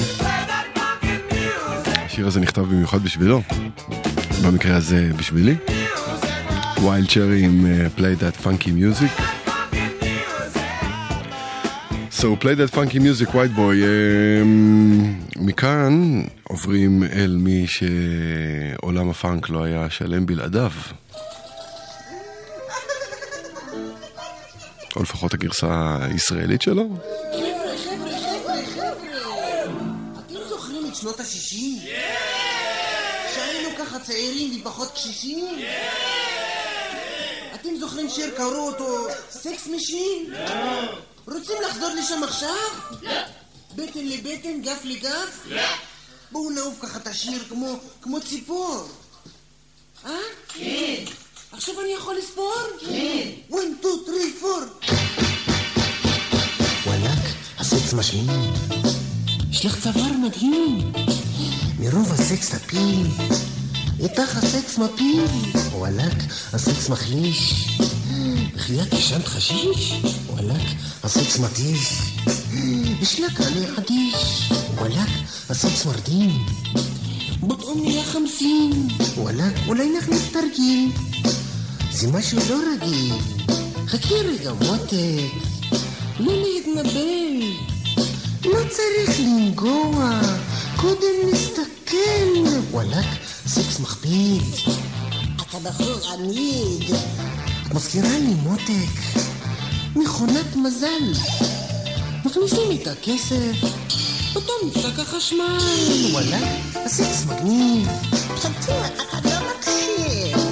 השיר הזה נכתב במיוחד בשבילו, במקרה הזה בשבילי. Wild Cherry עם uh, Play That Funky Music. So Play That Funky Music, White Boy. um, מכאן עוברים אל מי שעולם הפאנק לא היה שלם בלעדיו, או לפחות הגרסה הישראלית שלו. חבר'ה, חבר'ה, חבר'ה, חבר'ה, אתם זוכרים את שנות ה-שישים? שהיינו ככה צעירים ופחות קשישים? אתם זוכרים שיר קראו אותו סקס משין? רוצים לחזור לשם עכשיו? בטן לבטן, גף לגף? בואו נעוף ככה את השיר כמו, כמו ציפור. אה? כן. עכשיו אני יכול לספור? כן. one, two, three, four. וואלק, הסקס משמין. יש לך צוואר מדהים. מרוב הסקס הפיל. איתך הסקס מפיל. וואלק, הסקס מחליש. בחיית ישנת חשיש. וואלק, הסקס מתיש. בשלק עלי עדיש. וואלק, הסקס מרדים. בטעום נהיה חמסין. וואלק, אולי נכניס תרגיל. זה משהו לא רגיל. חכי רגע מותק, לא להתנבל. לא צריך לנגוע, קודם נסתכל. וואלק, סקס מכביד. אתה בחור עמיד. את מזכירה לי מותק, מכונת מזל. מכניסים איתה כסף, פתאום נפסק החשמל. וואלק, הסקס מגניב. פסקצוע, אתה לא מקשיב.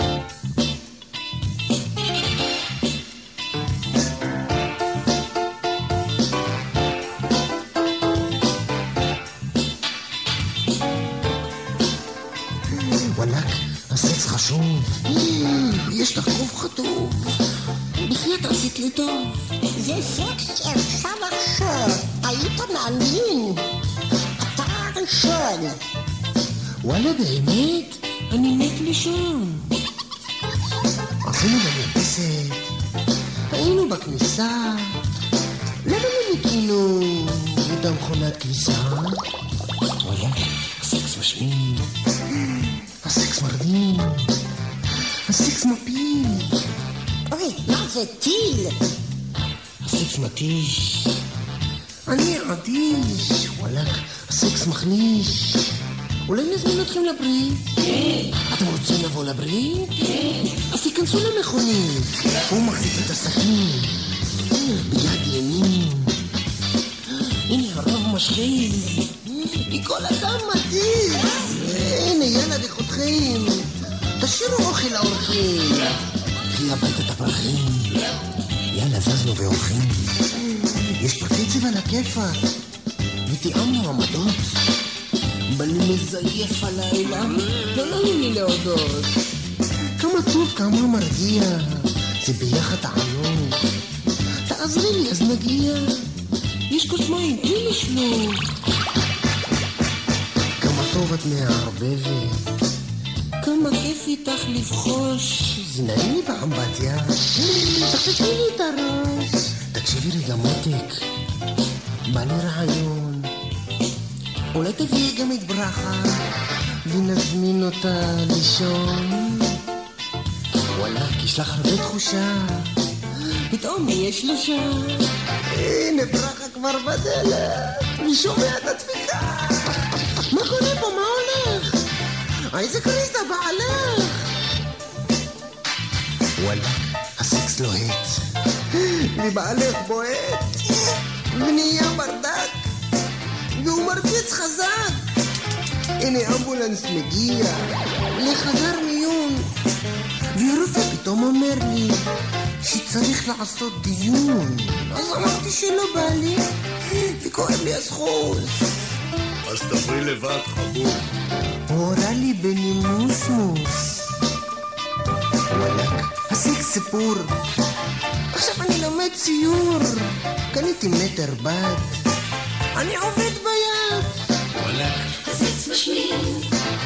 יש לך גוף חטוב, בחייאת עשית לי טוב. זה סקס שאפשר לחשוב, היית מעניין. אתה ראשון. וואלה באמת, אני מת לישון. עשינו במרפסת, היינו בכניסה. למה לא ניקינו את המכונת כביסה? וואלה, הסקס משמין, הסקס מרדים, הסקס מפיל. אוי, מה זה טיל? הסקס מתיש, אני עדיש. וואלק, הסקס מכניש. אולי נזמין אתכם לברית? כן. אתם רוצים לבוא לברית? כן. אז תיכנסו למכונית. הוא מחזיק את הסכין ביד ימין. הנה הרב משחיז, כי כל אדם מתיז. הנה יאללה לכותכם, תשאירו אוכל לאורחים. קחי הביתה את הפרחים, יאללה זזנו ואורחים. יש פרקיצב על הכיפת, ותיאמנו עמדות. בלי מזייף הלילה, לא נעים לי להודות. כמה טוב, כמה מרגיע, זה ביחד הענות. תעזרי לי אז נגיע, יש כוס מים, תני לי שלוק. כמה טוב את מערבבת, כמה כיף איתך לבחוש. זה נעים לי באמבטיה, תחשבי לי את הראש. תקשיבי רגע מותק, בא לי רעיון. אולי תביאי גם את ברכה ונזמין אותה לישון. וואלה, יש לך הרבה תחושה, פתאום יש שלושה. הנה ברכה כבר בדלת, אני שומע את הדפיקה. מה קורה פה? מה הולך? איזה קריזה בעלך? וואלה, הסקס לוהט, ובעלך בועט, ונהיה ברדק, והוא מרביץ חזק. הנה אמבולנס מגיע לחדר מיון, והרופא פתאום אומר לי שצריך לעשות דיון. אז אמרתי שלא בא לי, וכואב לי הסחוס. אז תברי לבד חבוב. הוא הורה לי בנימוסמוס. וואלק, הסקס סיפור. עכשיו אני לומד ציור, קניתי מטר בד, אני עובד ביד. וואלק, הסקס משמין,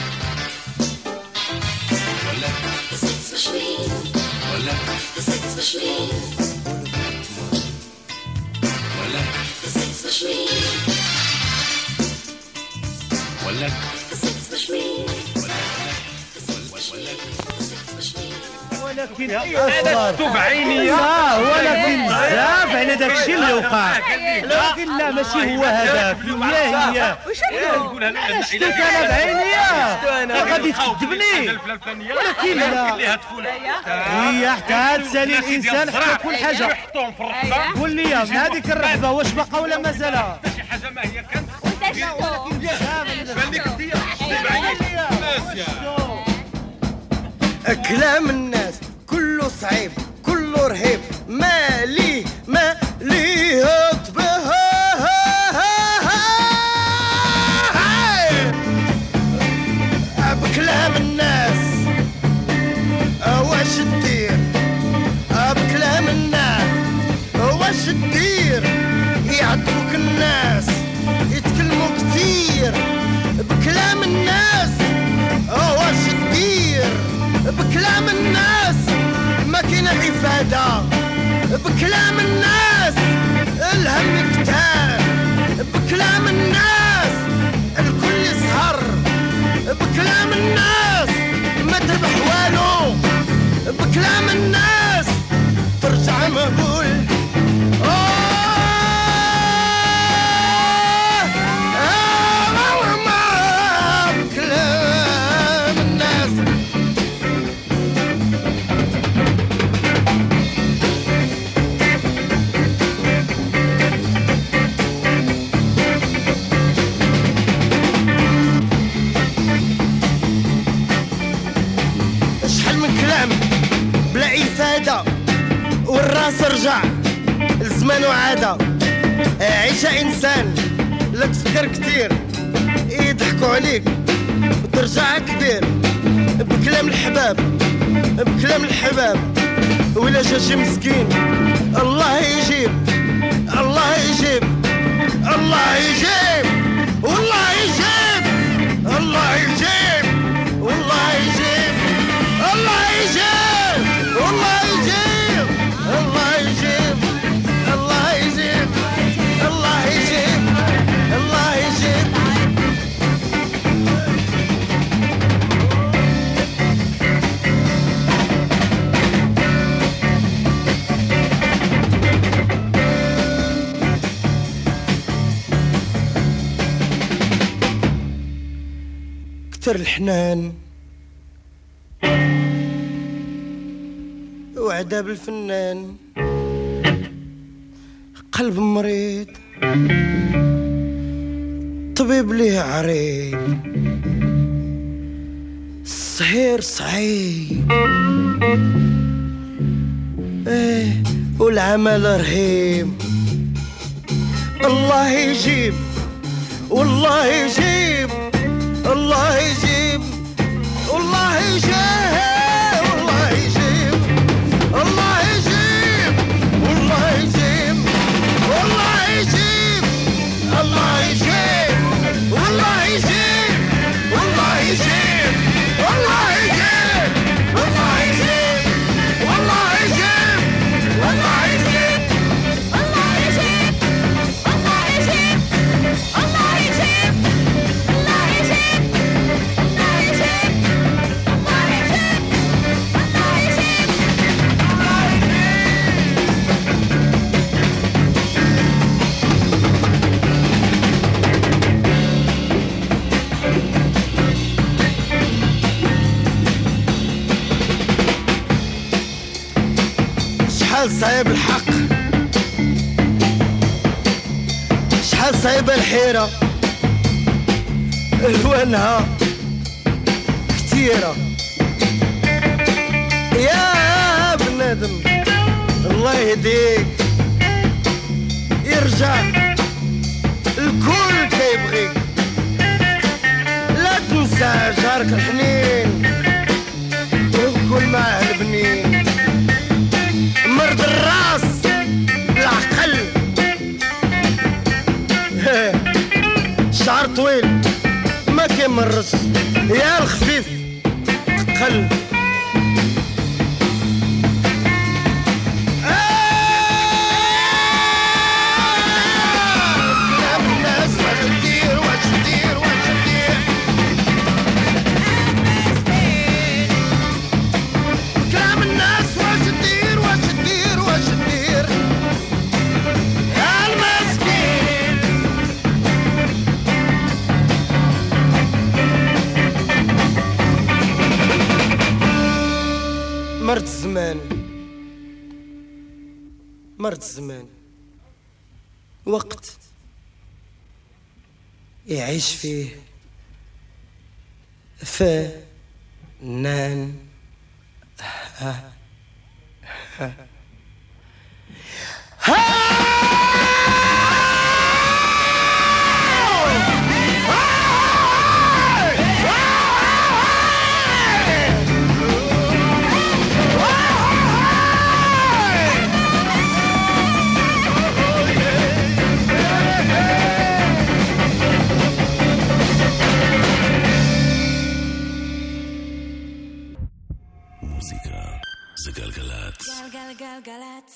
וואלק, הסקס משמין, וואלק, הסקס משמין, וואלק, הסקס משמין, וואלק, הסקס משמין, וואלק, וואלק, הסקס משמין. ولكن انا شفت بعيني لا ولكن بزاف على داك الشيء اللي وقع لكن لا ماشي هو هذاك هي هي انا شفتك انا بعيني غادي تكذبني ولكن لا هي حتى تسالي الانسان حتى كل حاجه قول لي من هذيك الرحبه واش باقا ولا مازال شي حاجه ما هي كانت ولكن بزاف بان لك ديا كلام الناس كله صعيب كله رهيب ما ليه ما ليه طبها بكلام الناس واش تدير بكلام الناس واش تدير يعطوك الناس يتكلموا كتير بكلام الناس واش تدير بكلام الناس ما كاين إفادة بكلام الناس الهم كتار بكلام الناس الكل يسهر بكلام الناس ما تربح والو بكلام الناس ترجع مهبول والراس رجع الزمان وعادة عيش إنسان لا تفكر كتير يضحكوا عليك وترجع كبير بكلام الحباب بكلام الحباب ولا جا شي مسكين الله يجيب الله يجيب الله يجيب والله يجيب الله يجيب والله يجيب الله يجيب والله يجيب الله يجيب الله يجيب الله يجيب الله يجيب كتر الحنان وعذاب الفنان قلب مريض طبيب ليه عريض الصهير صعيب ايه والعمل رهيب الله يجيب والله يجيب الله يجيب والله يجيب والله يجيب الله يجيب والله يجيب والله يجيب الله يجيب والله يجيب والله يجيب والله يجيب والله يجيب والله يجيب والله يجيب الله يجيب الله يجيب الله يجيب الله يجيب الله يجيب الله يجيب شحال صعيب الحق شحال صعيبة الحيرة الوانها كتيرة يا بنادم الله يهديك يرجع الكل كيبغيك لا تنسى جارك الحنين وكل معاه البنين مرض الراس بالعقل شعر طويل ما كيمرش يا الخفيف تقل كلام الناس مرت الزمان وقت يعيش فيه فنان ها ها ها זה גלגלת. גלגלגלגלת.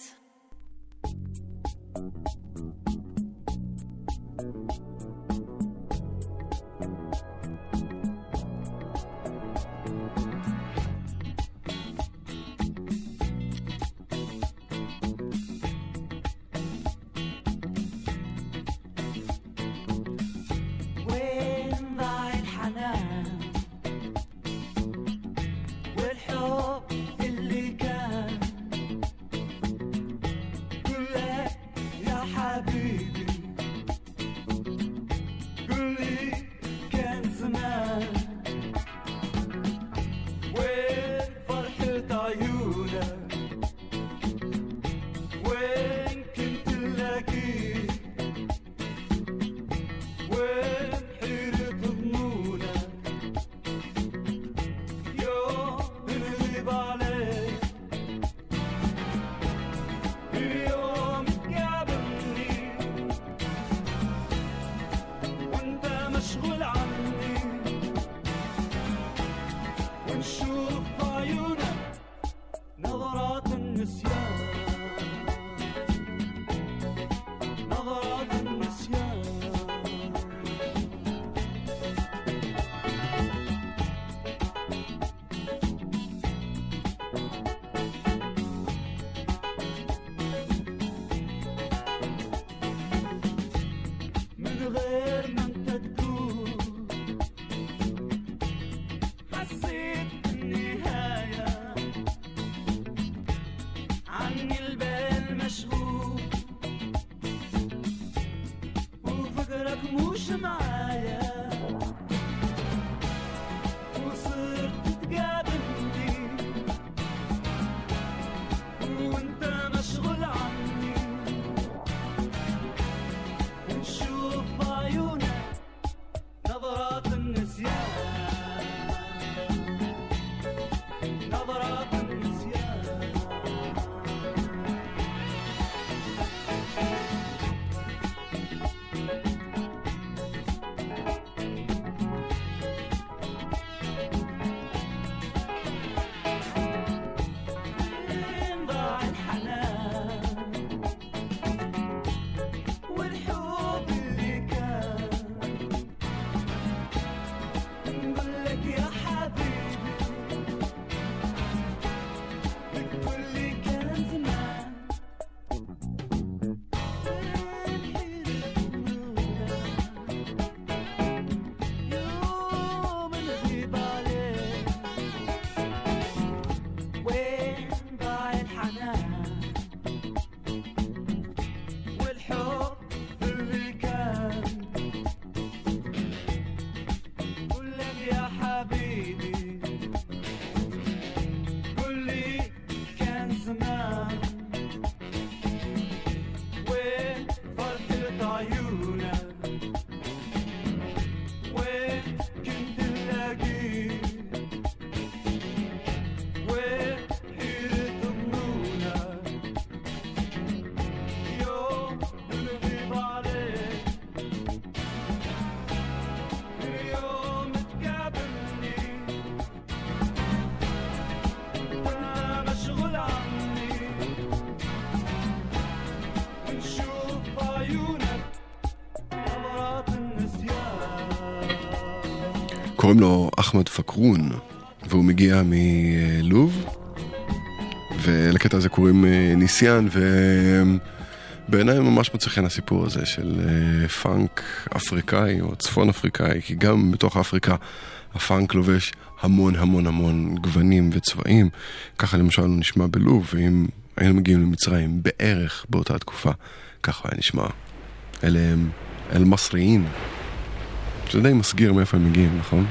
קוראים לו אחמד פקרון, והוא מגיע מלוב, ולקטע הזה קוראים ניסיאן, ובעיניי ממש מצא חן הסיפור הזה של פאנק אפריקאי או צפון אפריקאי, כי גם בתוך אפריקה הפאנק לובש המון המון המון גוונים וצבעים. ככה למשל הוא נשמע בלוב, ואם היינו מגיעים למצרים בערך באותה תקופה, ככה היה נשמע. אלה הם אל-מסריין. זה די מסגיר מאיפה הם מגיעים, נכון?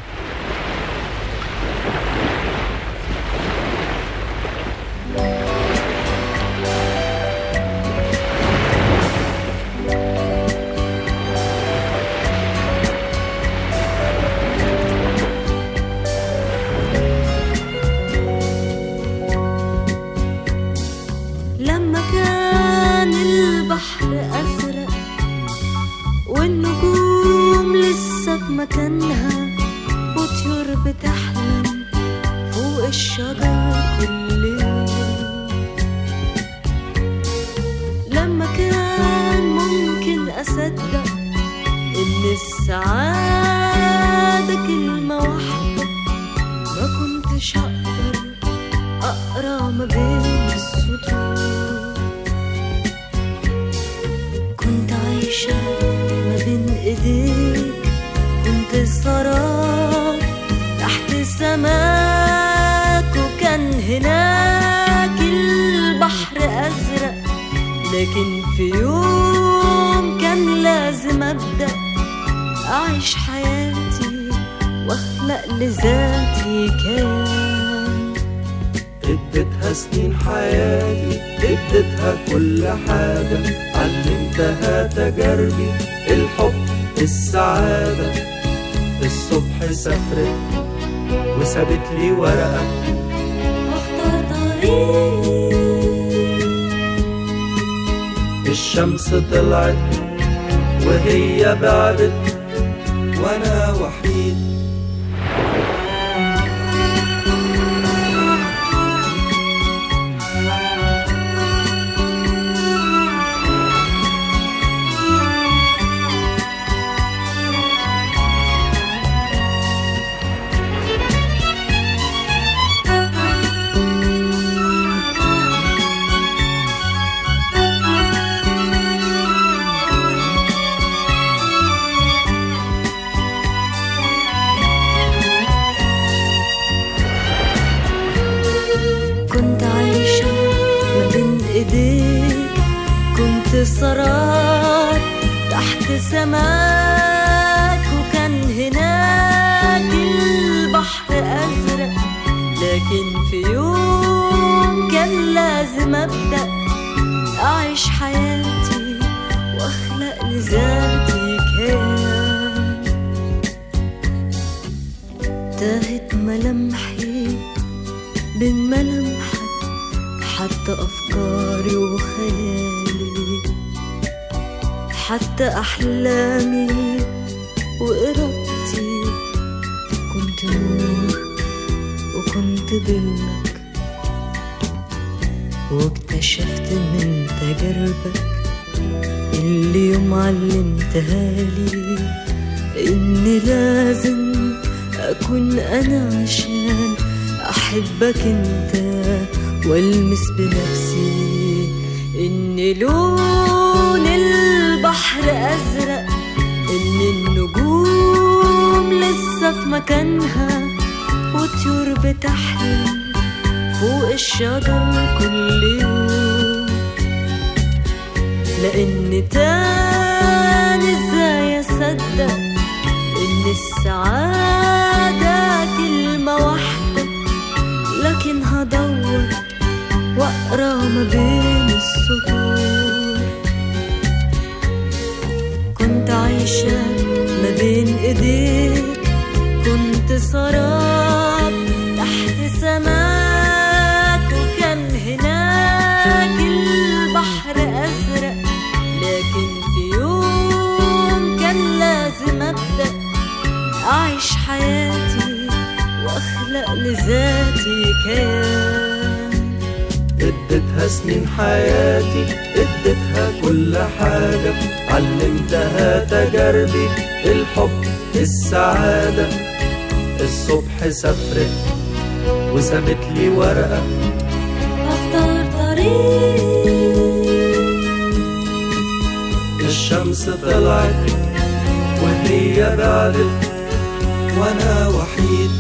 لكن في يوم كان لازم أبدأ أعيش حياتي وأخلق لذاتي كيان. اديتها سنين حياتي، اديتها كل حاجة، علمتها تجاربي، الحب السعادة. الصبح سافرت وسابت لي ورقة واختار طريق. الشمس طلعت وهي بعدت وانا وحيد. سراب تحت سماك وكان هناك البحر أزرق. لكن في يوم كان لازم أبدأ أعيش حياتي وأخلق لذاتي كيان. تاهت ملامحي بين ملامحك، حتى أفكاري وخيالي، حتى أحلامي وإرادتي. كنت نور وكنت ظلك، واكتشفت من تجاربك اللي يوم علمتها لي إني لازم أكون أنا عشان أحبك أنت والمس بنفسي. إن لون البحر أزرق، إن النجوم لسه في مكانها، وطيور بتحلم فوق الشجر كل يوم. لأن تاني ازاي أصدق إن السعادة كلمة واحدة، لكن هدور وأقرأ ما بين السطور. كنت عايشة ما بين إيديك، كنت سراب تحت سماك، وكان هناك البحر أزرق. لكن في يوم كان لازم أبدأ أعيش حياتي وأخلق لذاتي كيان. اديتها سنين حياتي، اديتها كل حاجة، علمتها تجاربي، الحب السعادة. الصبح سافرت وسابت لي ورقة اختار طريق. الشمس طلعت وهي بعدت وانا وحيد.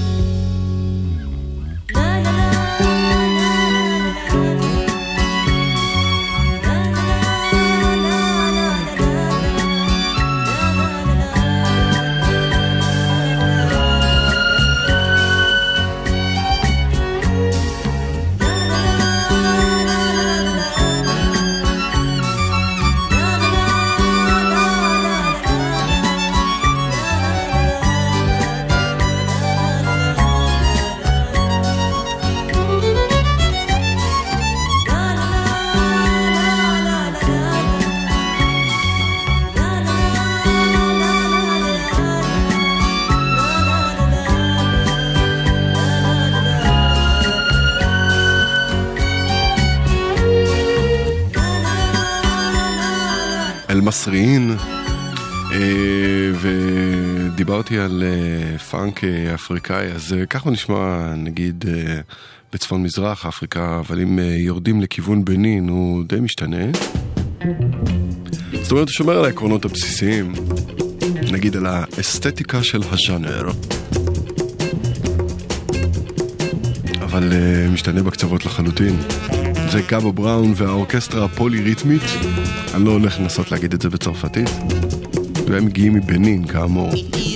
מסריעין, ודיברתי על פאנק אפריקאי, אז ככה נשמע נגיד בצפון מזרח אפריקה, אבל אם יורדים לכיוון בנין הוא די משתנה. זאת אומרת, הוא שומר על העקרונות הבסיסיים, נגיד על האסתטיקה של הז'אנר, אבל uh, משתנה בקצוות לחלוטין. זה גאבו בראון והאורקסטרה הפולי-ריתמית. אני לא הולך לנסות להגיד את זה בצרפתית, והם מגיעים מבנין כאמור.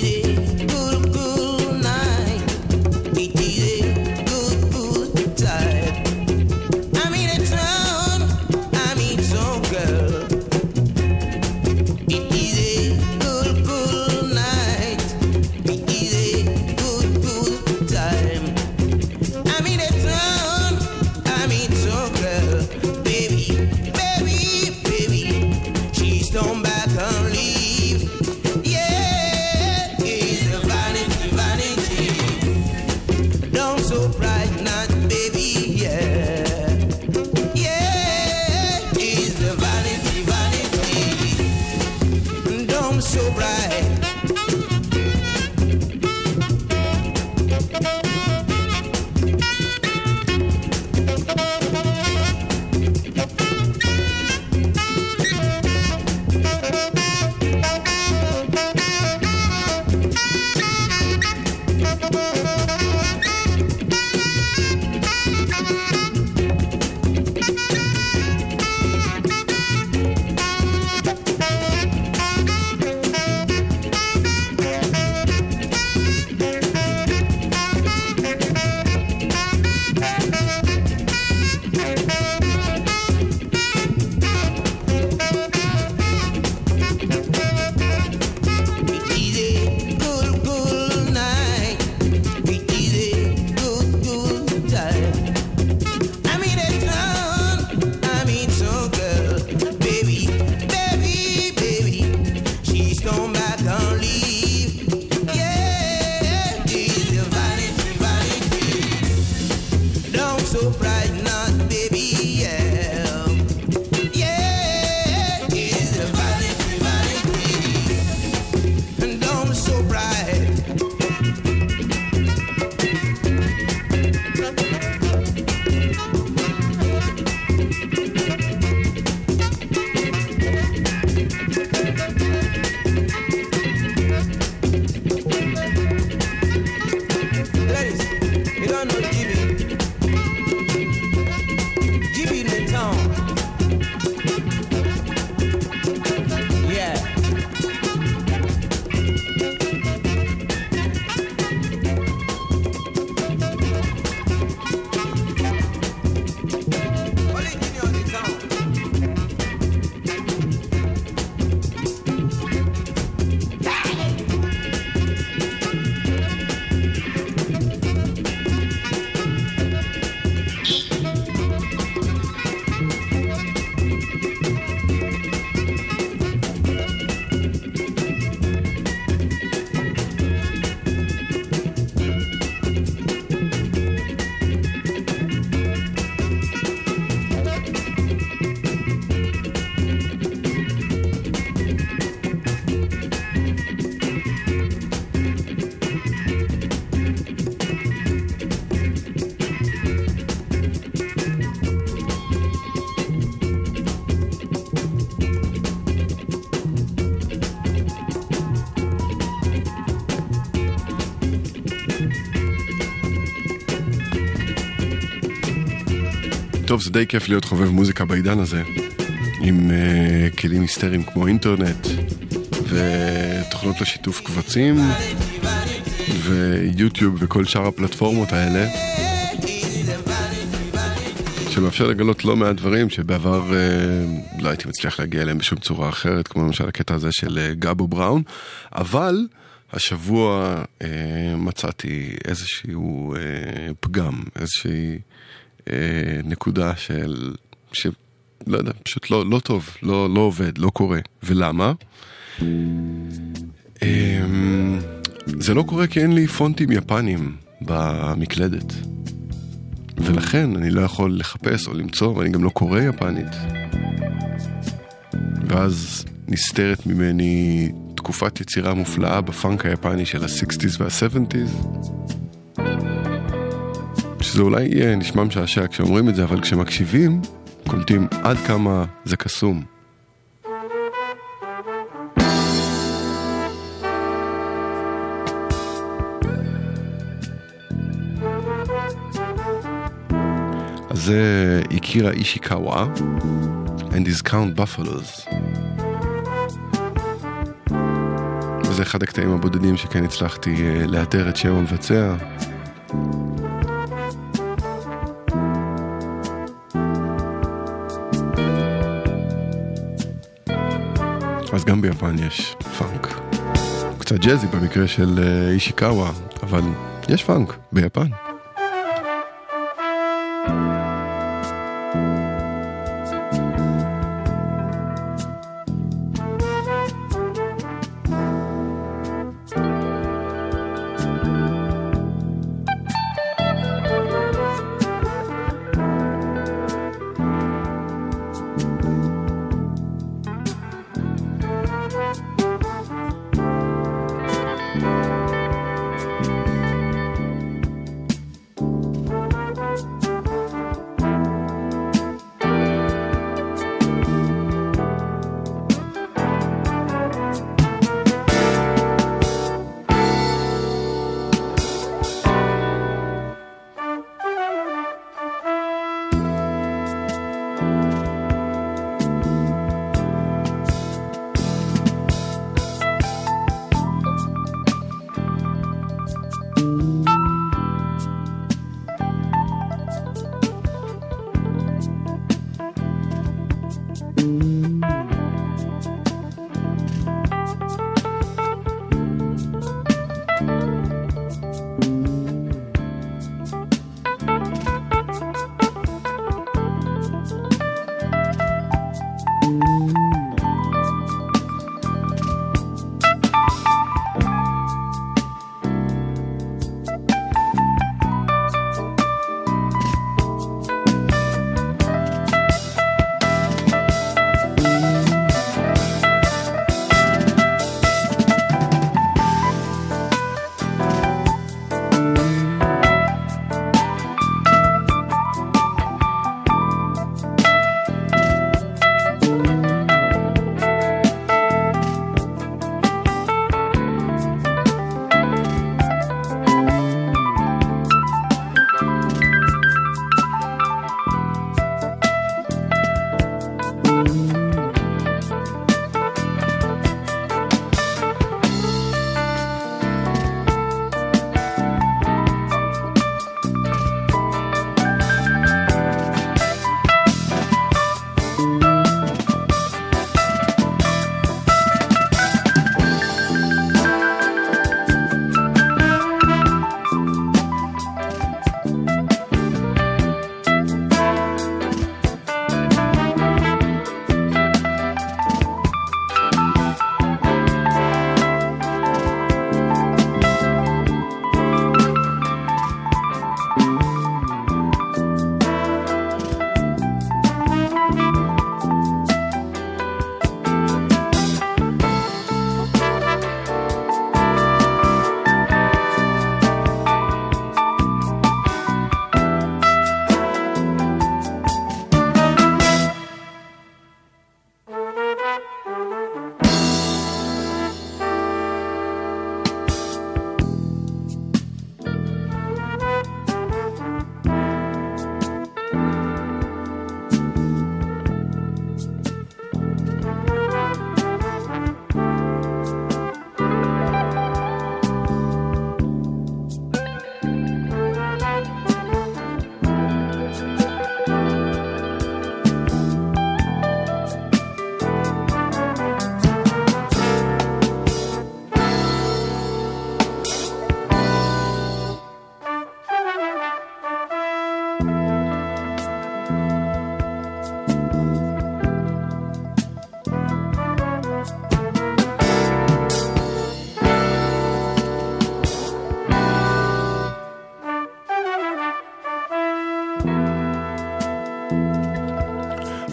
טוב, זה די כיף להיות חובב מוזיקה בעידן הזה, עם uh, כלים היסטריים כמו אינטרנט ותוכנות לשיתוף קבצים ויוטיוב וכל שאר הפלטפורמות האלה, שמאפשר לגלות לא מעט דברים שבעבר uh, לא הייתי מצליח להגיע אליהם בשום צורה אחרת, כמו למשל הקטע הזה של uh, גאבו בראון. אבל השבוע uh, מצאתי איזשהו uh, פגם, איזושהי נקודה של, שלא יודע, פשוט לא, לא טוב, לא, לא עובד, לא קורה. ולמה? זה לא קורה כי אין לי פונטים יפנים במקלדת. ולכן אני לא יכול לחפש או למצוא, ואני גם לא קורא יפנית. ואז נסתרת ממני תקופת יצירה מופלאה בפאנק היפני של ה-שישים וה-שבעים, שזה אולי יהיה נשמע משעשע כשאומרים את זה, אבל כשמקשיבים קולטים עד כמה זה קסום. אז זה איקירה אישיקאווה and his Count Buffaloes, וזה אחד הקטעים הבודדים שכן הצלחתי לאתר את שם המבצע. אז גם ביפן יש פאנק, קצת ג'אזי במקרה של אישיקאווה, אבל יש פאנק ביפן.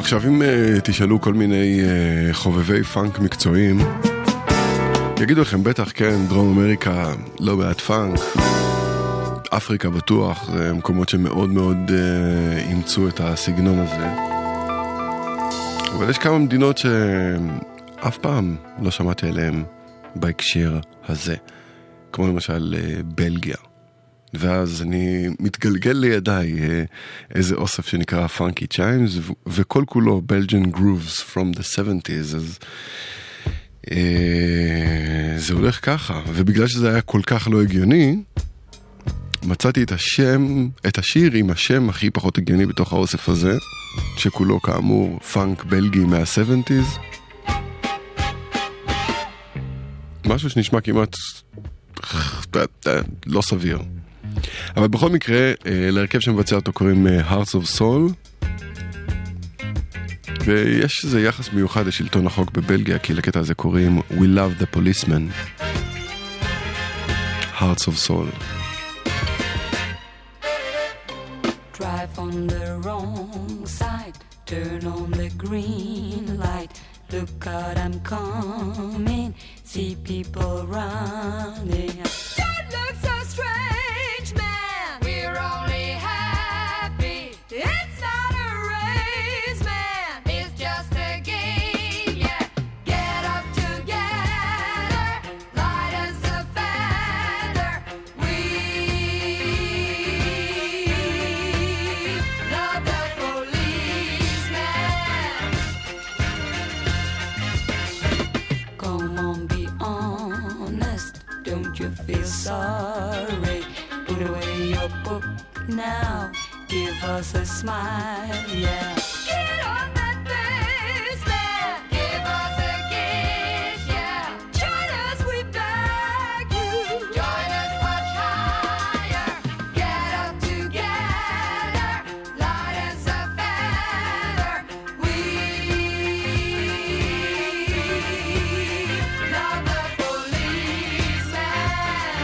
עכשיו אם uh, תשאלו כל מיני uh, חובבי פאנק מקצועיים, יגידו לכם בטח כן, דרום אמריקה לא בעד פאנק, אפריקה בטוח, זה מקומות שמאוד מאוד uh, אימצו את הסגנון הזה. אבל יש כמה מדינות שאף פעם לא שמעתי עליהן בהקשר הזה, כמו למשל uh, בלגיה. ואז אני מתגלגל לידיי איזה אוסף שנקרא פאנקי צ'יימס, וכל כולו Belgian Grooves from the seventies, אז אה, זה הולך ככה. ובגלל שזה היה כל כך לא הגיוני, מצאתי את השם, את השיר עם השם הכי פחות הגיוני בתוך האוסף הזה, שכולו כאמור פאנק בלגי מה-שבעים. משהו שנשמע כמעט לא סביר. אבל בכל מקרה, להרכב שמבצע אותו קוראים Hearts of Soul, ויש איזה יחס מיוחד לשלטון החוק בבלגיה, כי לקטע הזה קוראים We Love the Policeman. Hearts of Soul. Drive on the wrong side, turn on the green light, look out, I'm coming, see people running. Don't look so strange, man, we're only happy, it's not a race, man, it's just a game, yeah, get up together, light as a feather, we love the policeman. Come on, be honest, don't you feel sorry? Put away your book now, give us a smile, yeah. Get on that face, man, give us a kiss, yeah. Join us, we beg you. Join us much higher. Get up together, light as a feather. We love the policeman.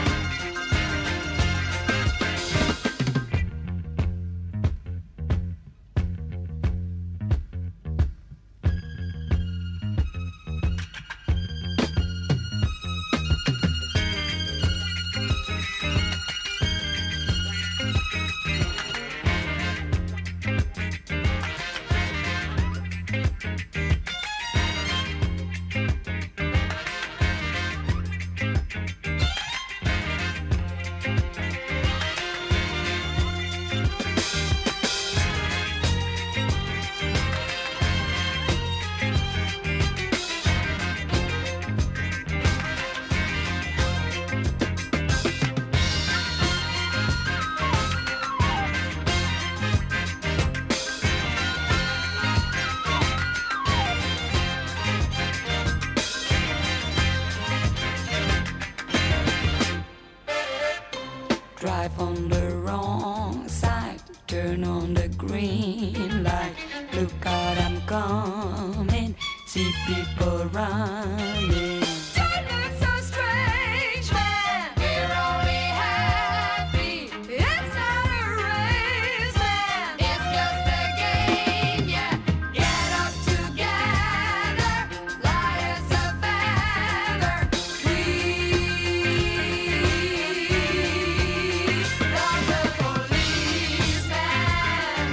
Drive on the wrong side, turn on the green light, look out, I'm coming, see people running. Don't look so strange, man, we're only happy, it's not a race, man, it's just a game, yeah. Get up together, light as a feather, we love the policeman.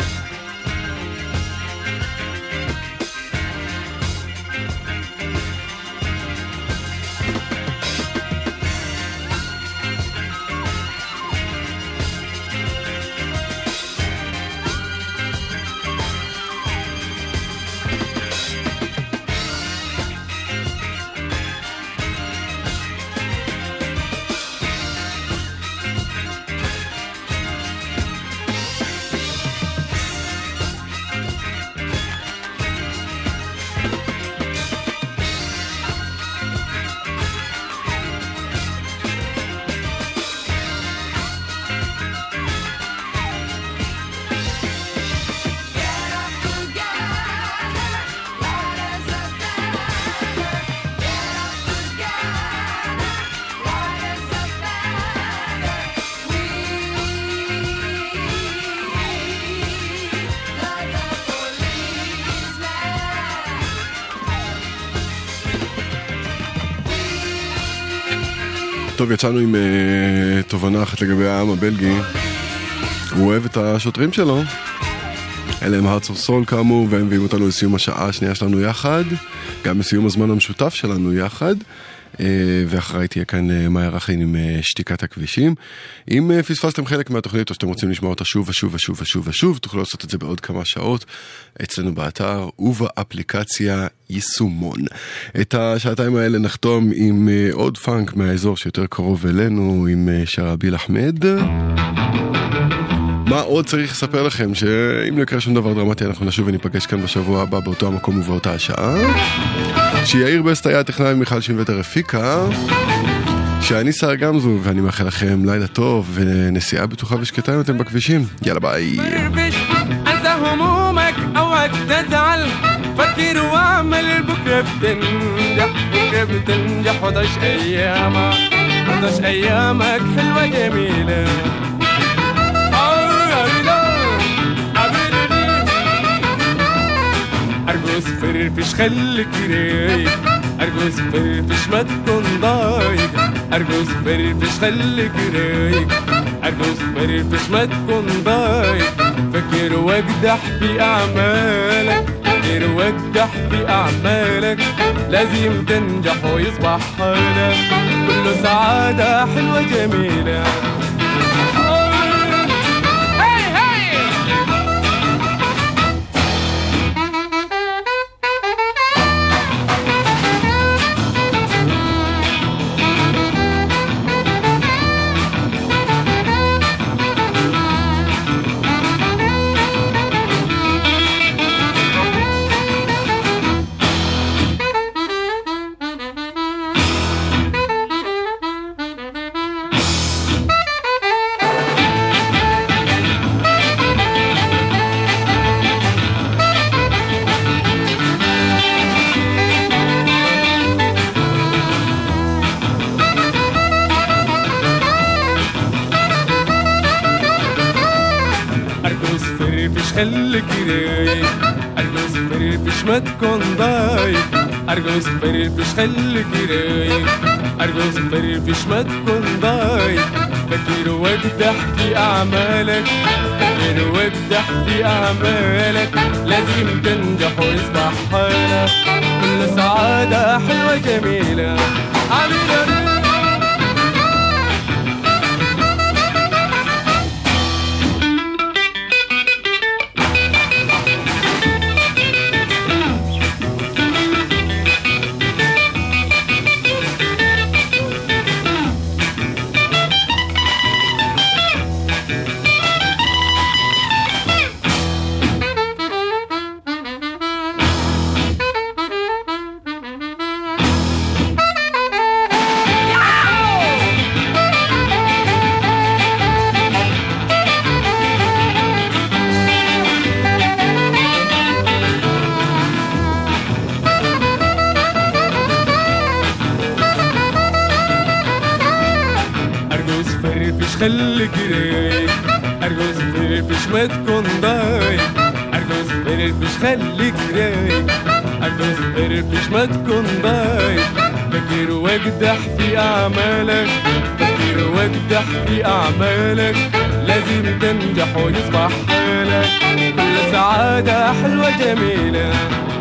טוב, יצאנו עם uh, תובנה אחת לגבי העם הבלגי. הוא אוהב את השוטרים שלו. אלה הם Hearts of Soul כאמור, והם מביאים אותנו לסיום השעה השנייה שלנו יחד, גם לסיום הזמן המשותף שלנו יחד. ואחריי תהיה כאן מאיה רחלין עם שתיקת הכבישים. אם פספסתם חלק מהתוכנית או שאתם רוצים לשמוע אותה שוב ושוב ושוב ושוב ושוב, תוכלו לעשות את זה בעוד כמה שעות אצלנו באתר ובאפליקציה יישומון. את השעתיים האלה נחתום עם עוד פאנק מהאזור שיותר קרוב אלינו, עם שרביל אחמד. מה עוד צריך לספר לכם? שאם לא יקרה שום דבר דרמטי אנחנו נשוב וניפגש כאן בשבוע הבא באותו המקום ובאותה השעה. שיעיר בסט היה טכנאי מיכל שינווטר הפיקה, שאני שר גמזו, ואני מאחל לכם לילה טוב ונסיעה בטוחה ושקטה אם אתם בכבישים. יאללה ביי. انسى همومك اوعك تزعل فكر واعمل بكره بتنجح بكره بتنجح وضعش ايامك وضعش ايامك حلوه جميله أرجوز فرفش خليك رايق أرجوز فرفش ما تكون ضايق أرجوز فرفش خليك رايق أرجوز فرفش ما تكون ضايق فكر واجدح في أعمالك فكر واجدح في أعمالك لازم تنجح ويصبح حالك كله سعادة حلوة جميلة خليك رايق أرجوز فرفش ما تكون ضايق أرجوز فرفش خليك رايق أرجوز فرفش ما تكون ضايق فكر واجدح في أعمالك فكر واجدح في أعمالك لازم تنجح ويصبح حالك كل سعادة حلوة جميلة عميلة خليك رايق أرجوز فرفش ما تكون ضايق أرجوز فرفش خليك رايق أرجوز فرفش ما تكون ضايق فكر واجدح في أعمالك فكر واجدح في أعمالك لازم تنجح ويصبح حالك كل سعادة حلوة جميلة